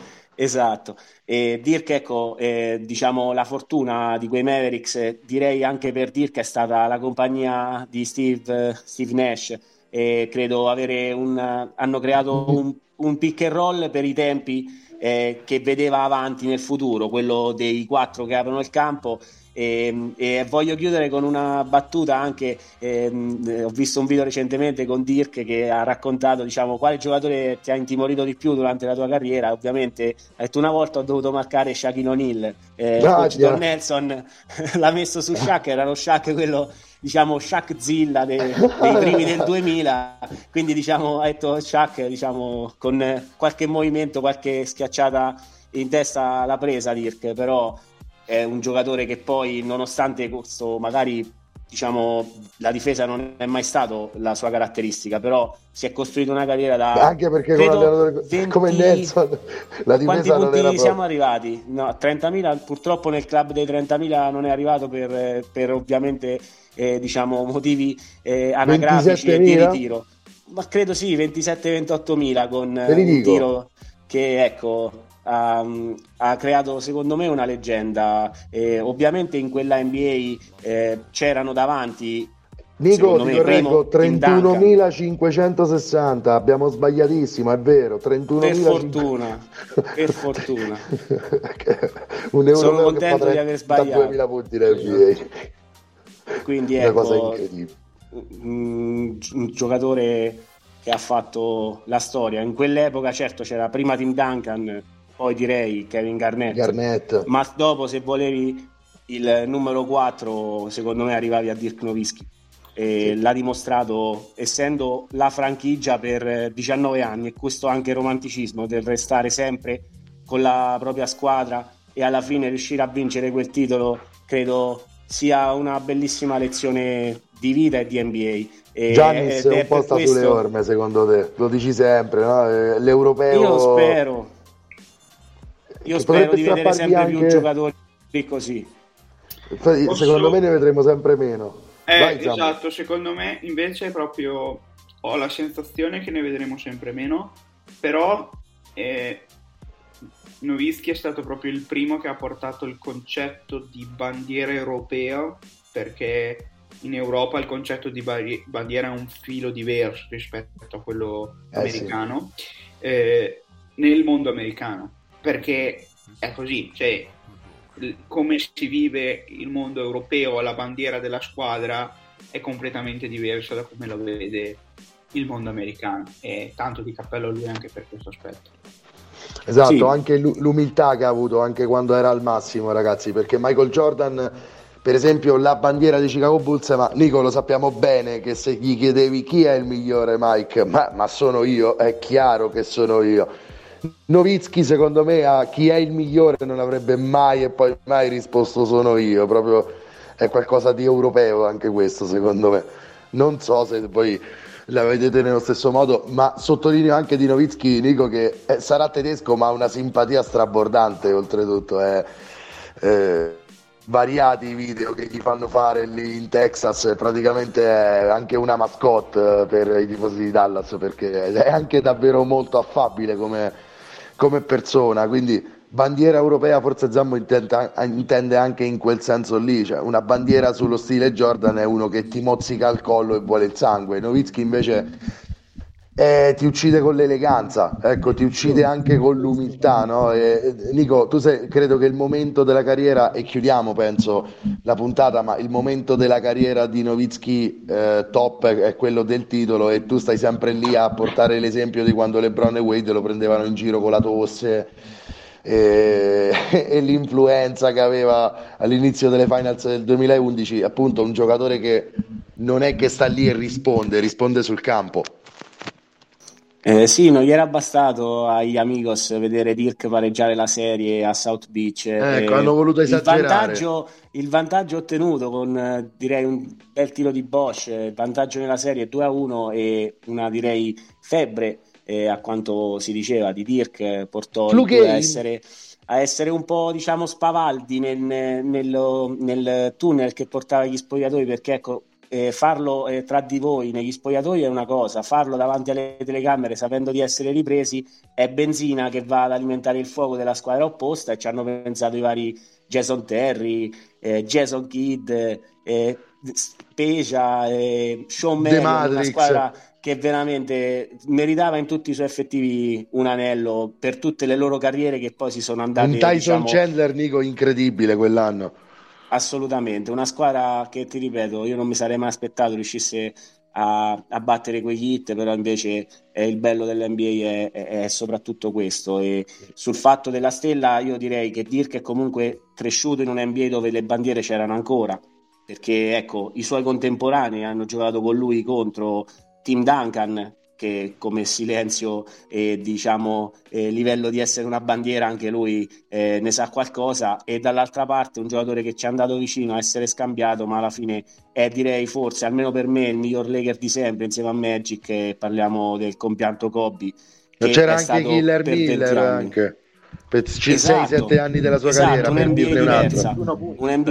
Esatto, e Dirk, ecco, eh, diciamo la fortuna di quei Mavericks, eh, direi anche per Dirk è stata la compagnia di Steve, eh, Steve Nash, e credo avere un, hanno creato un, un pick and roll per i tempi eh, che vedeva avanti nel futuro, quello dei quattro che aprono il campo. E, e voglio chiudere con una battuta anche, ehm, ho visto un video recentemente con Dirk che ha raccontato, diciamo, quale giocatore ti ha intimorito di più durante la tua carriera. Ovviamente ha detto una volta ho dovuto marcare Shaquille O'Neal, eh, Ah, coach già. Don Nelson l'ha messo su Shaq, era lo Shaq quello, diciamo, Shaq Zilla dei, dei primi del duemila, quindi diciamo ha detto Shaq, diciamo, con qualche movimento, qualche schiacciata in testa l'ha presa Dirk, però è un giocatore che poi, nonostante questo, magari diciamo la difesa non è mai stato la sua caratteristica, però si è costruito una carriera da anche perché credo, con allenatore venti come Nelson la difesa quanti non punti era proprio... siamo arrivati? No, a trentamila, purtroppo nel club dei trentamila non è arrivato per, per ovviamente eh, diciamo motivi eh, anagrafici e di ritiro, ma credo sì, ventisette ventottomila con eh, un tiro che ecco Ha, ha creato secondo me una leggenda. Eh, ovviamente in quella N B A eh, c'erano davanti, Nico, ti me, correggo, trentunomilacinquecentosessanta, abbiamo sbagliatissimo, è vero, trentunomila per fortuna per fortuna un europeo sono contento che di aver sbagliato duemila punti nel N B A, quindi una ecco, cosa incredibile, un, un giocatore che ha fatto la storia in quell'epoca. Certo c'era prima Tim Duncan, poi direi Kevin Garnett, Garnett. ma dopo se volevi il numero quattro secondo me arrivavi a Dirk Nowitzki e sì. L'ha dimostrato essendo la franchigia per diciannove anni, e questo anche romanticismo del restare sempre con la propria squadra e alla fine riuscire a vincere quel titolo credo sia una bellissima lezione di vita e di N B A. E Giannis è un po' sta questo... sulle orme secondo te, lo dici sempre, no? L'europeo io spero Io spero di vedere sempre anche... più giocatori così. Infatti, Posso... secondo me ne vedremo sempre meno. Eh, Vai, esatto, secondo me invece proprio ho la sensazione che ne vedremo sempre meno, però eh, Nowitzki è stato proprio il primo che ha portato il concetto di bandiera europea, perché in Europa il concetto di bandiera è un filo diverso rispetto a quello eh, americano, sì. eh, nel mondo americano. Perché è così, cioè come si vive il mondo europeo, la bandiera della squadra è completamente diversa da come lo vede il mondo americano, e tanto di cappello a lui anche per questo aspetto. Esatto, sì. Anche l'umiltà che ha avuto anche quando era al massimo, ragazzi, perché Michael Jordan, per esempio, la bandiera di Chicago Bulls, ma Nico lo sappiamo bene che se gli chiedevi chi è il migliore, Mike, ma, ma sono io, è chiaro che sono io. Nowitzki secondo me a chi è il migliore non avrebbe mai e poi mai risposto sono io, proprio è qualcosa di europeo anche questo secondo me. Non so se voi la vedete nello stesso modo, ma sottolineo anche di Nowitzki, Nico, che è, sarà tedesco ma ha una simpatia strabordante oltretutto, è, eh, variati i video che gli fanno fare lì in Texas, praticamente è anche una mascotte per i tifosi di Dallas, perché è anche davvero molto affabile come, come persona, quindi bandiera europea forse Zambo intende, intende anche in quel senso lì, cioè una bandiera sullo stile Jordan è uno che ti mozzica al collo e vuole il sangue. Nowitzki invece eh, ti uccide con l'eleganza, ecco, ti uccide anche con l'umiltà, no? E, Nico, tu sei, credo che il momento della carriera, e chiudiamo penso la puntata, ma il momento della carriera di Nowitzki eh, top è, è quello del titolo, e tu stai sempre lì a portare l'esempio di quando LeBron e Wade lo prendevano in giro con la tosse e, e l'influenza che aveva all'inizio delle finals del duemilaundici, appunto un giocatore che non è che sta lì e risponde, risponde sul campo. Eh, sì, non gli era bastato agli Amigos vedere Dirk pareggiare la serie a South Beach. Ecco, eh, hanno voluto esagerare. Il vantaggio, il vantaggio ottenuto con eh, direi un bel tiro di Bosch, il vantaggio nella serie due a uno e una direi febbre, eh, a quanto si diceva, di Dirk eh, portò il due a essere, a essere un po' diciamo spavaldi nel, nel, nel tunnel che portava gli spogliatoi, perché ecco, Eh, farlo eh, tra di voi negli spogliatoi è una cosa, farlo davanti alle telecamere sapendo di essere ripresi è benzina che va ad alimentare il fuoco della squadra opposta, e ci hanno pensato i vari Jason Terry, eh, Jason Kidd, eh, Peja, eh, Sean Marion, una squadra che veramente meritava in tutti i suoi effettivi un anello per tutte le loro carriere, che poi si sono andate, un Tyson diciamo, Chandler, Nico, incredibile quell'anno. Assolutamente, una squadra che, ti ripeto, io non mi sarei mai aspettato riuscisse a, a battere quegli hit, però invece è il bello dell'N B A è, è, è soprattutto questo. E sul fatto della stella io direi che Dirk è comunque cresciuto in un N B A dove le bandiere c'erano ancora, perché ecco, i suoi contemporanei hanno giocato con lui contro Tim Duncan, che come silenzio e diciamo eh, livello di essere una bandiera anche lui eh, ne sa qualcosa, e dall'altra parte un giocatore che ci è andato vicino a essere scambiato, ma alla fine è, direi, forse almeno per me il miglior Laker di sempre insieme a Magic, e parliamo del compianto Kobe, che c'era è anche stato Killer per Miller anche per sei sette anni della sua esatto, carriera, un per N B A dirne diversa, un'altra. un N B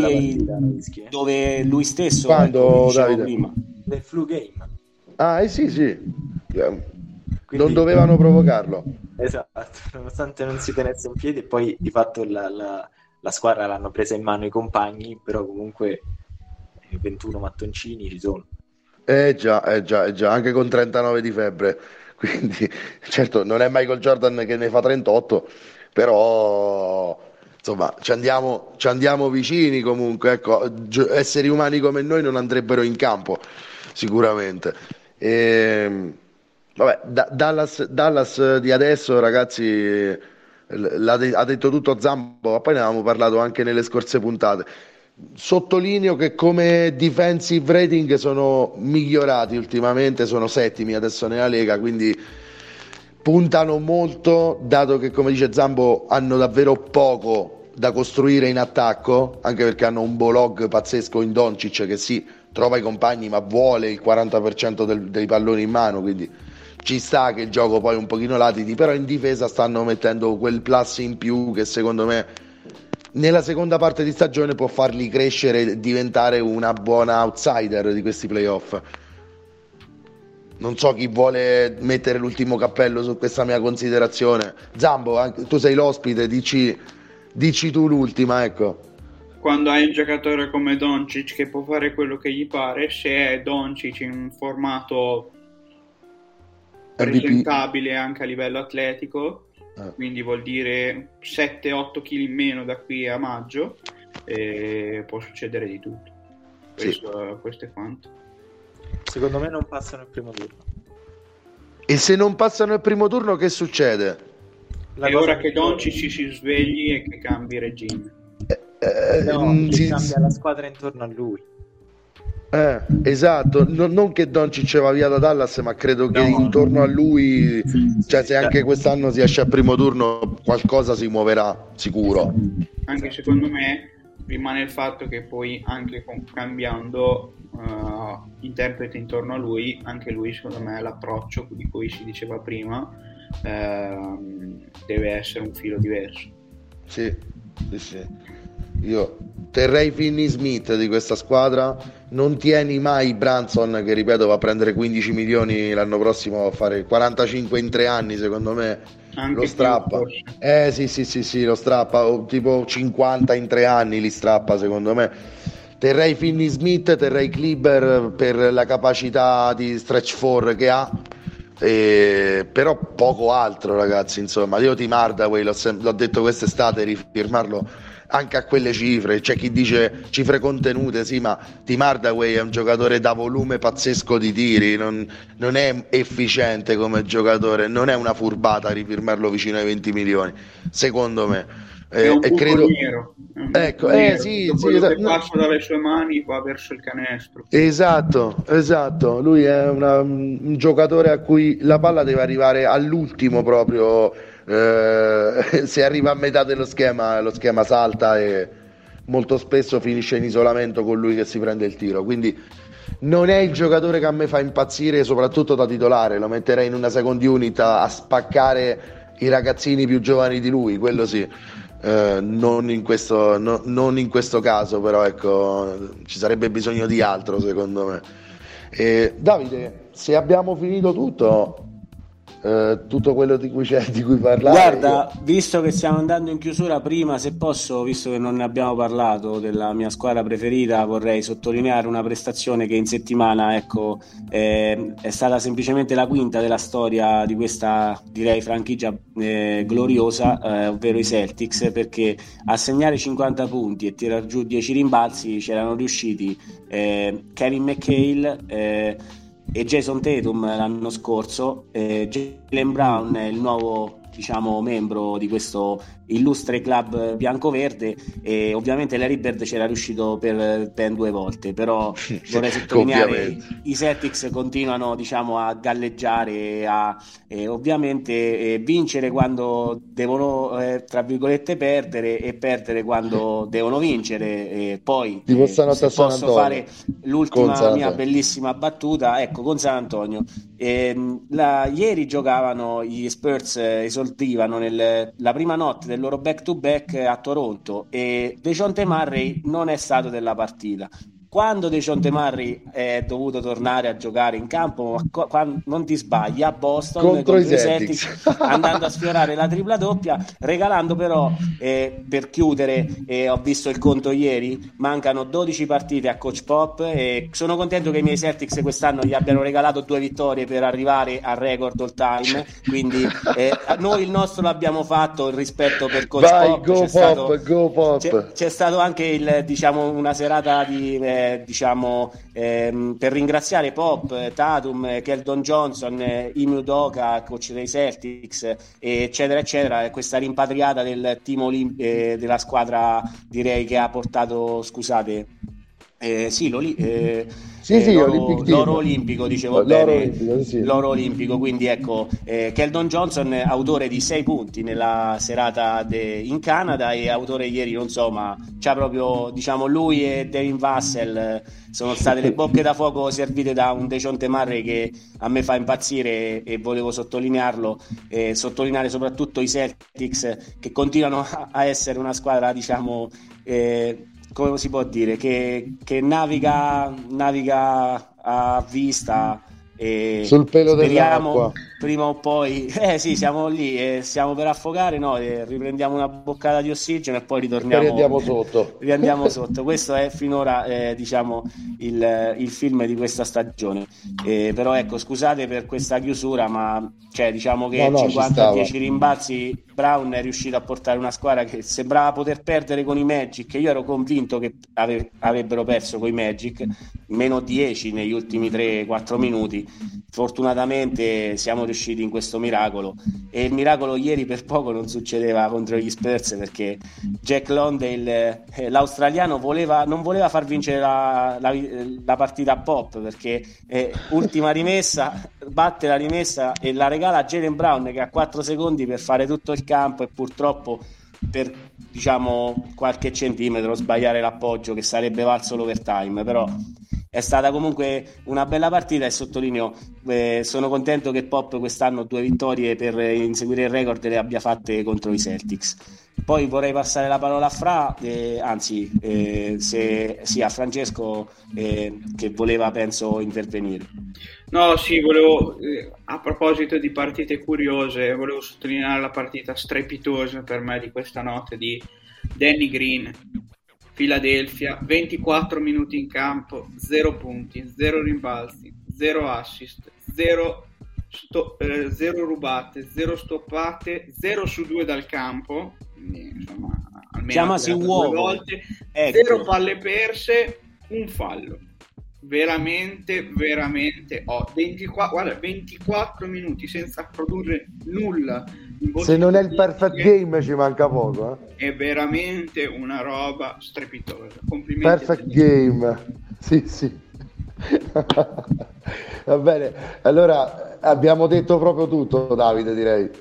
A dove lui stesso, quando ecco, dicevo Davide? prima, del flu game. Ah, eh sì, sì. Quindi, non dovevano provocarlo. Esatto, nonostante non si tenesse in piedi, e poi di fatto la, la, la squadra l'hanno presa in mano i compagni, però comunque ventuno mattoncini ci sono. Eh già, eh già, eh già, anche con trentanove di febbre. Quindi, certo, non è Michael Jordan che ne fa trentotto, però insomma ci andiamo, ci andiamo vicini comunque. Ecco, esseri umani come noi non andrebbero in campo, sicuramente. E, vabbè, da, Dallas, Dallas di adesso, ragazzi, l'ha de- ha detto tutto Zambo, ma poi ne avevamo parlato anche nelle scorse puntate. Sottolineo che come defensive rating sono migliorati ultimamente, sono settimi adesso nella Lega, quindi puntano molto, dato che, come dice Zambo, hanno davvero poco da costruire in attacco, anche perché hanno un Bolog pazzesco in Doncic che sì, trova i compagni ma vuole il quaranta per cento del, dei palloni in mano, quindi ci sta che il gioco poi un pochino latiti, però in difesa stanno mettendo quel plus in più che secondo me nella seconda parte di stagione può farli crescere e diventare una buona outsider di questi playoff. Non so chi vuole mettere l'ultimo cappello su questa mia considerazione. Zambo, anche, tu sei l'ospite, dici, dici tu l'ultima, ecco. Quando hai un giocatore come Doncic che può fare quello che gli pare, se è Doncic in un formato presentabile anche a livello atletico, eh. quindi vuol dire sette otto chili in meno da qui a maggio, e può succedere di tutto. Questo, sì. Questo è quanto. Secondo me non passano il primo turno. E se non passano il primo turno, che succede? La è ora che Doncic ci si svegli e che cambi regime. Eh, eh, no, che si... cambia la squadra intorno a lui. Eh, esatto, no, non che Doncic va via da Dallas, ma credo no, che intorno a lui, cioè se anche quest'anno si esce al primo turno, qualcosa si muoverà sicuro. Anche secondo me rimane il fatto che poi anche con, cambiando uh, interpreti intorno a lui, anche lui secondo me l'approccio di cui si diceva prima uh, deve essere un filo diverso. Sì, sì, sì. Io terrei Finney Smith di questa squadra, non tieni mai Brunson, che ripeto va a prendere quindici milioni l'anno prossimo, a fare quarantacinque in tre anni, secondo me Anche lo strappa. più, Eh sì sì sì sì, lo strappa, o tipo cinquanta in tre anni li strappa secondo me. Terrei Finney Smith, terrei Kleber per la capacità di stretch four che ha. E, però poco altro, ragazzi, insomma. Io Tim Hardaway l'ho, sem- l'ho detto quest'estate, rifirmarlo anche a quelle cifre. C'è chi dice cifre contenute, sì, ma Tim Hardaway è un giocatore da volume pazzesco di tiri, non, non è efficiente come giocatore, non è una furbata rifirmarlo vicino ai venti milioni, secondo me. è Eh, un e buco credo nero, è un ecco, buco eh nero. sì, Tutto sì, quello esatto, che no. passa dalle sue mani va verso il canestro. Esatto, esatto, lui è una- un giocatore a cui la palla deve arrivare all'ultimo proprio, eh, se arriva a metà dello schema, lo schema salta e molto spesso finisce in isolamento con lui che si prende il tiro, quindi non è il giocatore che a me fa impazzire, soprattutto da titolare, lo metterei in una second unit a, a spaccare i ragazzini più giovani di lui, quello sì. Eh, non in questo, no- non in questo caso, però ecco, ci sarebbe bisogno di altro secondo me. Eh, Davide, se abbiamo finito tutto, eh, tutto quello di cui c'è di cui parlare, Guarda, io- visto che stiamo andando in chiusura, prima, se posso, visto che non ne abbiamo parlato della mia squadra preferita, vorrei sottolineare una prestazione che in settimana, ecco, eh, è stata semplicemente la quinta della storia di questa, direi, franchigia eh, gloriosa, eh, ovvero i Celtics, perché a segnare cinquanta punti e tirar giù dieci rimbalzi c'erano riusciti eh, Kevin McHale eh, e Jason Tatum l'anno scorso. eh, Jaylen Brown è il nuovo, diciamo, membro di questo illustre club bianco-verde, e ovviamente Larry Bird c'era riuscito per ben due volte, però vorrei sottolineare ovviamente. i Celtics continuano, diciamo, a galleggiare, a eh, ovviamente eh, vincere quando devono, eh, tra virgolette, perdere, e perdere quando devono vincere. E poi Tipo eh, stanotte se a San posso Antonio, fare con l'ultima San mia Antonio. bellissima battuta, ecco, con San Antonio. Ehm, la- ieri giocavano gli Spurs, eh, esordivano nel- la prima notte del loro back to back a Toronto, e DeJounte Murray non è stato della partita. Quando DeJounte Murray è dovuto tornare a giocare in campo, ma co- quan- non ti sbagli, a Boston Contro contro i i Celtics. Celtics, andando a sfiorare la tripla doppia, regalando però, eh, per chiudere, eh, ho visto il conto ieri, mancano dodici partite a Coach Pop, e sono contento che i miei Celtics quest'anno gli abbiano regalato due vittorie per arrivare al record all time, quindi eh, noi il nostro l'abbiamo fatto, il rispetto per Coach Vai, Pop. go C'è Pop, stato, go c'è, Pop. c'è stato anche il, diciamo, una serata di, eh, diciamo, ehm, per ringraziare Pop, eh, Tatum, eh, Keldon Johnson, eh, Ime Udoka, coach dei Celtics, eh, eccetera eccetera, e questa rimpatriata del team olim- eh, della squadra, direi, che ha portato, scusate, eh, sì, l'Oli- eh, Sì, eh, sì, l'oro, Olympic Team. l'oro olimpico, dicevo L'oro bene, olimpico, sì, sì. l'oro olimpico, quindi ecco, eh, Keldon Johnson, eh, autore di sei punti nella serata de- in Canada, e autore ieri, non so, ma c'ha proprio, diciamo, lui e Devin Vassell, eh, sono state le bocche da fuoco servite da un DeJounte Murray che a me fa impazzire, e volevo sottolinearlo, e sottolineare soprattutto i Celtics, che continuano a, a essere una squadra, diciamo, eh, come si può dire, che, che naviga, naviga a vista, e Sul pelo speriamo dell'acqua. prima o poi, eh sì, siamo lì e stiamo per affogare, no? E riprendiamo una boccata di ossigeno e poi Poi ritorniamo, andiamo sotto. riandiamo sotto. Questo è finora, eh, diciamo, il, il film di questa stagione. Eh, però ecco, scusate per questa chiusura, ma cioè, diciamo che No, no, ci cinquanta a stava. dieci rimbalzi, Brown è riuscito a portare una squadra che sembrava poter perdere con i Magic. Io ero convinto che ave- avrebbero perso con i Magic, meno dieci negli ultimi tre quattro minuti. Fortunatamente siamo riusciti in questo miracolo, e il miracolo ieri per poco non succedeva contro gli Spurs, perché Jack Londale, eh, l'australiano, voleva, non voleva far vincere la, la, la partita a Pop, perché eh, ultima rimessa, batte la rimessa e la regala a Jaylen Brown, che ha quattro secondi per fare tutto il campo, e purtroppo per, diciamo, qualche centimetro sbagliare l'appoggio che sarebbe valso l'overtime. Però è stata comunque una bella partita e sottolineo, eh, sono contento che Pop quest'anno due vittorie per inseguire il record le abbia fatte contro i Celtics. Poi vorrei passare la parola a Fra, eh, anzi eh, se, sì, a Francesco eh, che voleva penso intervenire. No, sì, volevo, eh, a proposito di partite curiose, volevo sottolineare la partita strepitosa per me di questa notte di Danny Green, Philadelphia, ventiquattro minuti in campo, zero punti, zero rimbalzi, zero assist, zero, sto, eh, zero rubate, zero stoppate, zero su due dal campo, quindi, insomma, almeno chiamasi uomo, due volte, ecco. Zero palle perse, un fallo. Veramente, veramente oh, ventiquattro, guarda, ventiquattro minuti senza produrre nulla. Se non è il perfect game ci manca poco, eh? È veramente una roba strepitosa. Complimenti. Perfect game, sì, sì. Va bene, allora abbiamo detto proprio tutto, Davide, direi.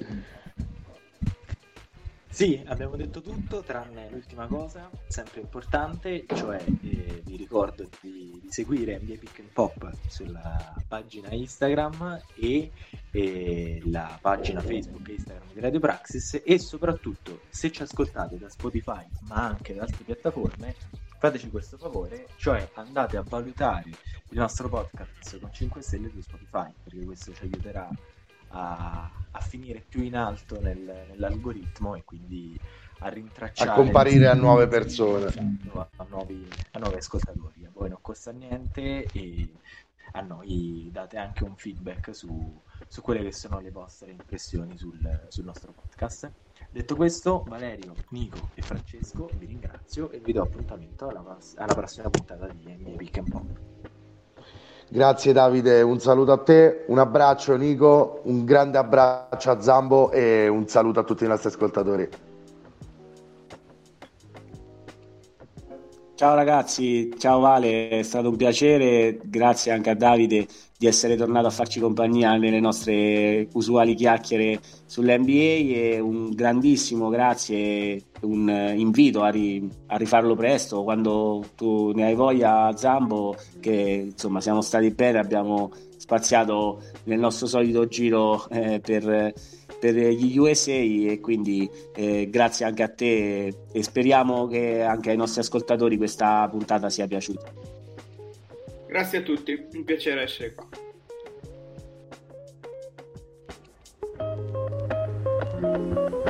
Sì, abbiamo detto tutto, tranne l'ultima cosa, sempre importante, cioè eh, vi ricordo di, di seguire N B A Pick and Pop sulla pagina Instagram e, e la pagina Facebook e Instagram di Radio Praxis, e soprattutto, se ci ascoltate da Spotify ma anche da altre piattaforme, fateci questo favore, cioè andate a valutare il nostro podcast con cinque stelle su Spotify, perché questo ci aiuterà A, a finire più in alto nel, nell'algoritmo e quindi a rintracciare, a comparire a nuove persone, a nuovi, a nuovi ascoltatori. A voi non costa niente e a noi date anche un feedback su, su quelle che sono le vostre impressioni sul, sul nostro podcast. Detto questo, Valerio, Nico e Francesco vi ringrazio e vi do appuntamento alla, alla prossima puntata di N B A Pick and Pop. Grazie Davide, un saluto a te, un abbraccio Nico, un grande abbraccio a Zambo e un saluto a tutti i nostri ascoltatori. Ciao ragazzi, ciao Vale, è stato un piacere, grazie anche a Davide di essere tornato a farci compagnia nelle nostre usuali chiacchiere sull'N B A e un grandissimo grazie, un invito a, ri, a rifarlo presto quando tu ne hai voglia, Zambo, che insomma siamo stati bene, abbiamo spaziato nel nostro solito giro eh, per... per gli U S A e quindi eh, grazie anche a te e speriamo che anche ai nostri ascoltatori questa puntata sia piaciuta. Grazie a tutti, un piacere essere qua.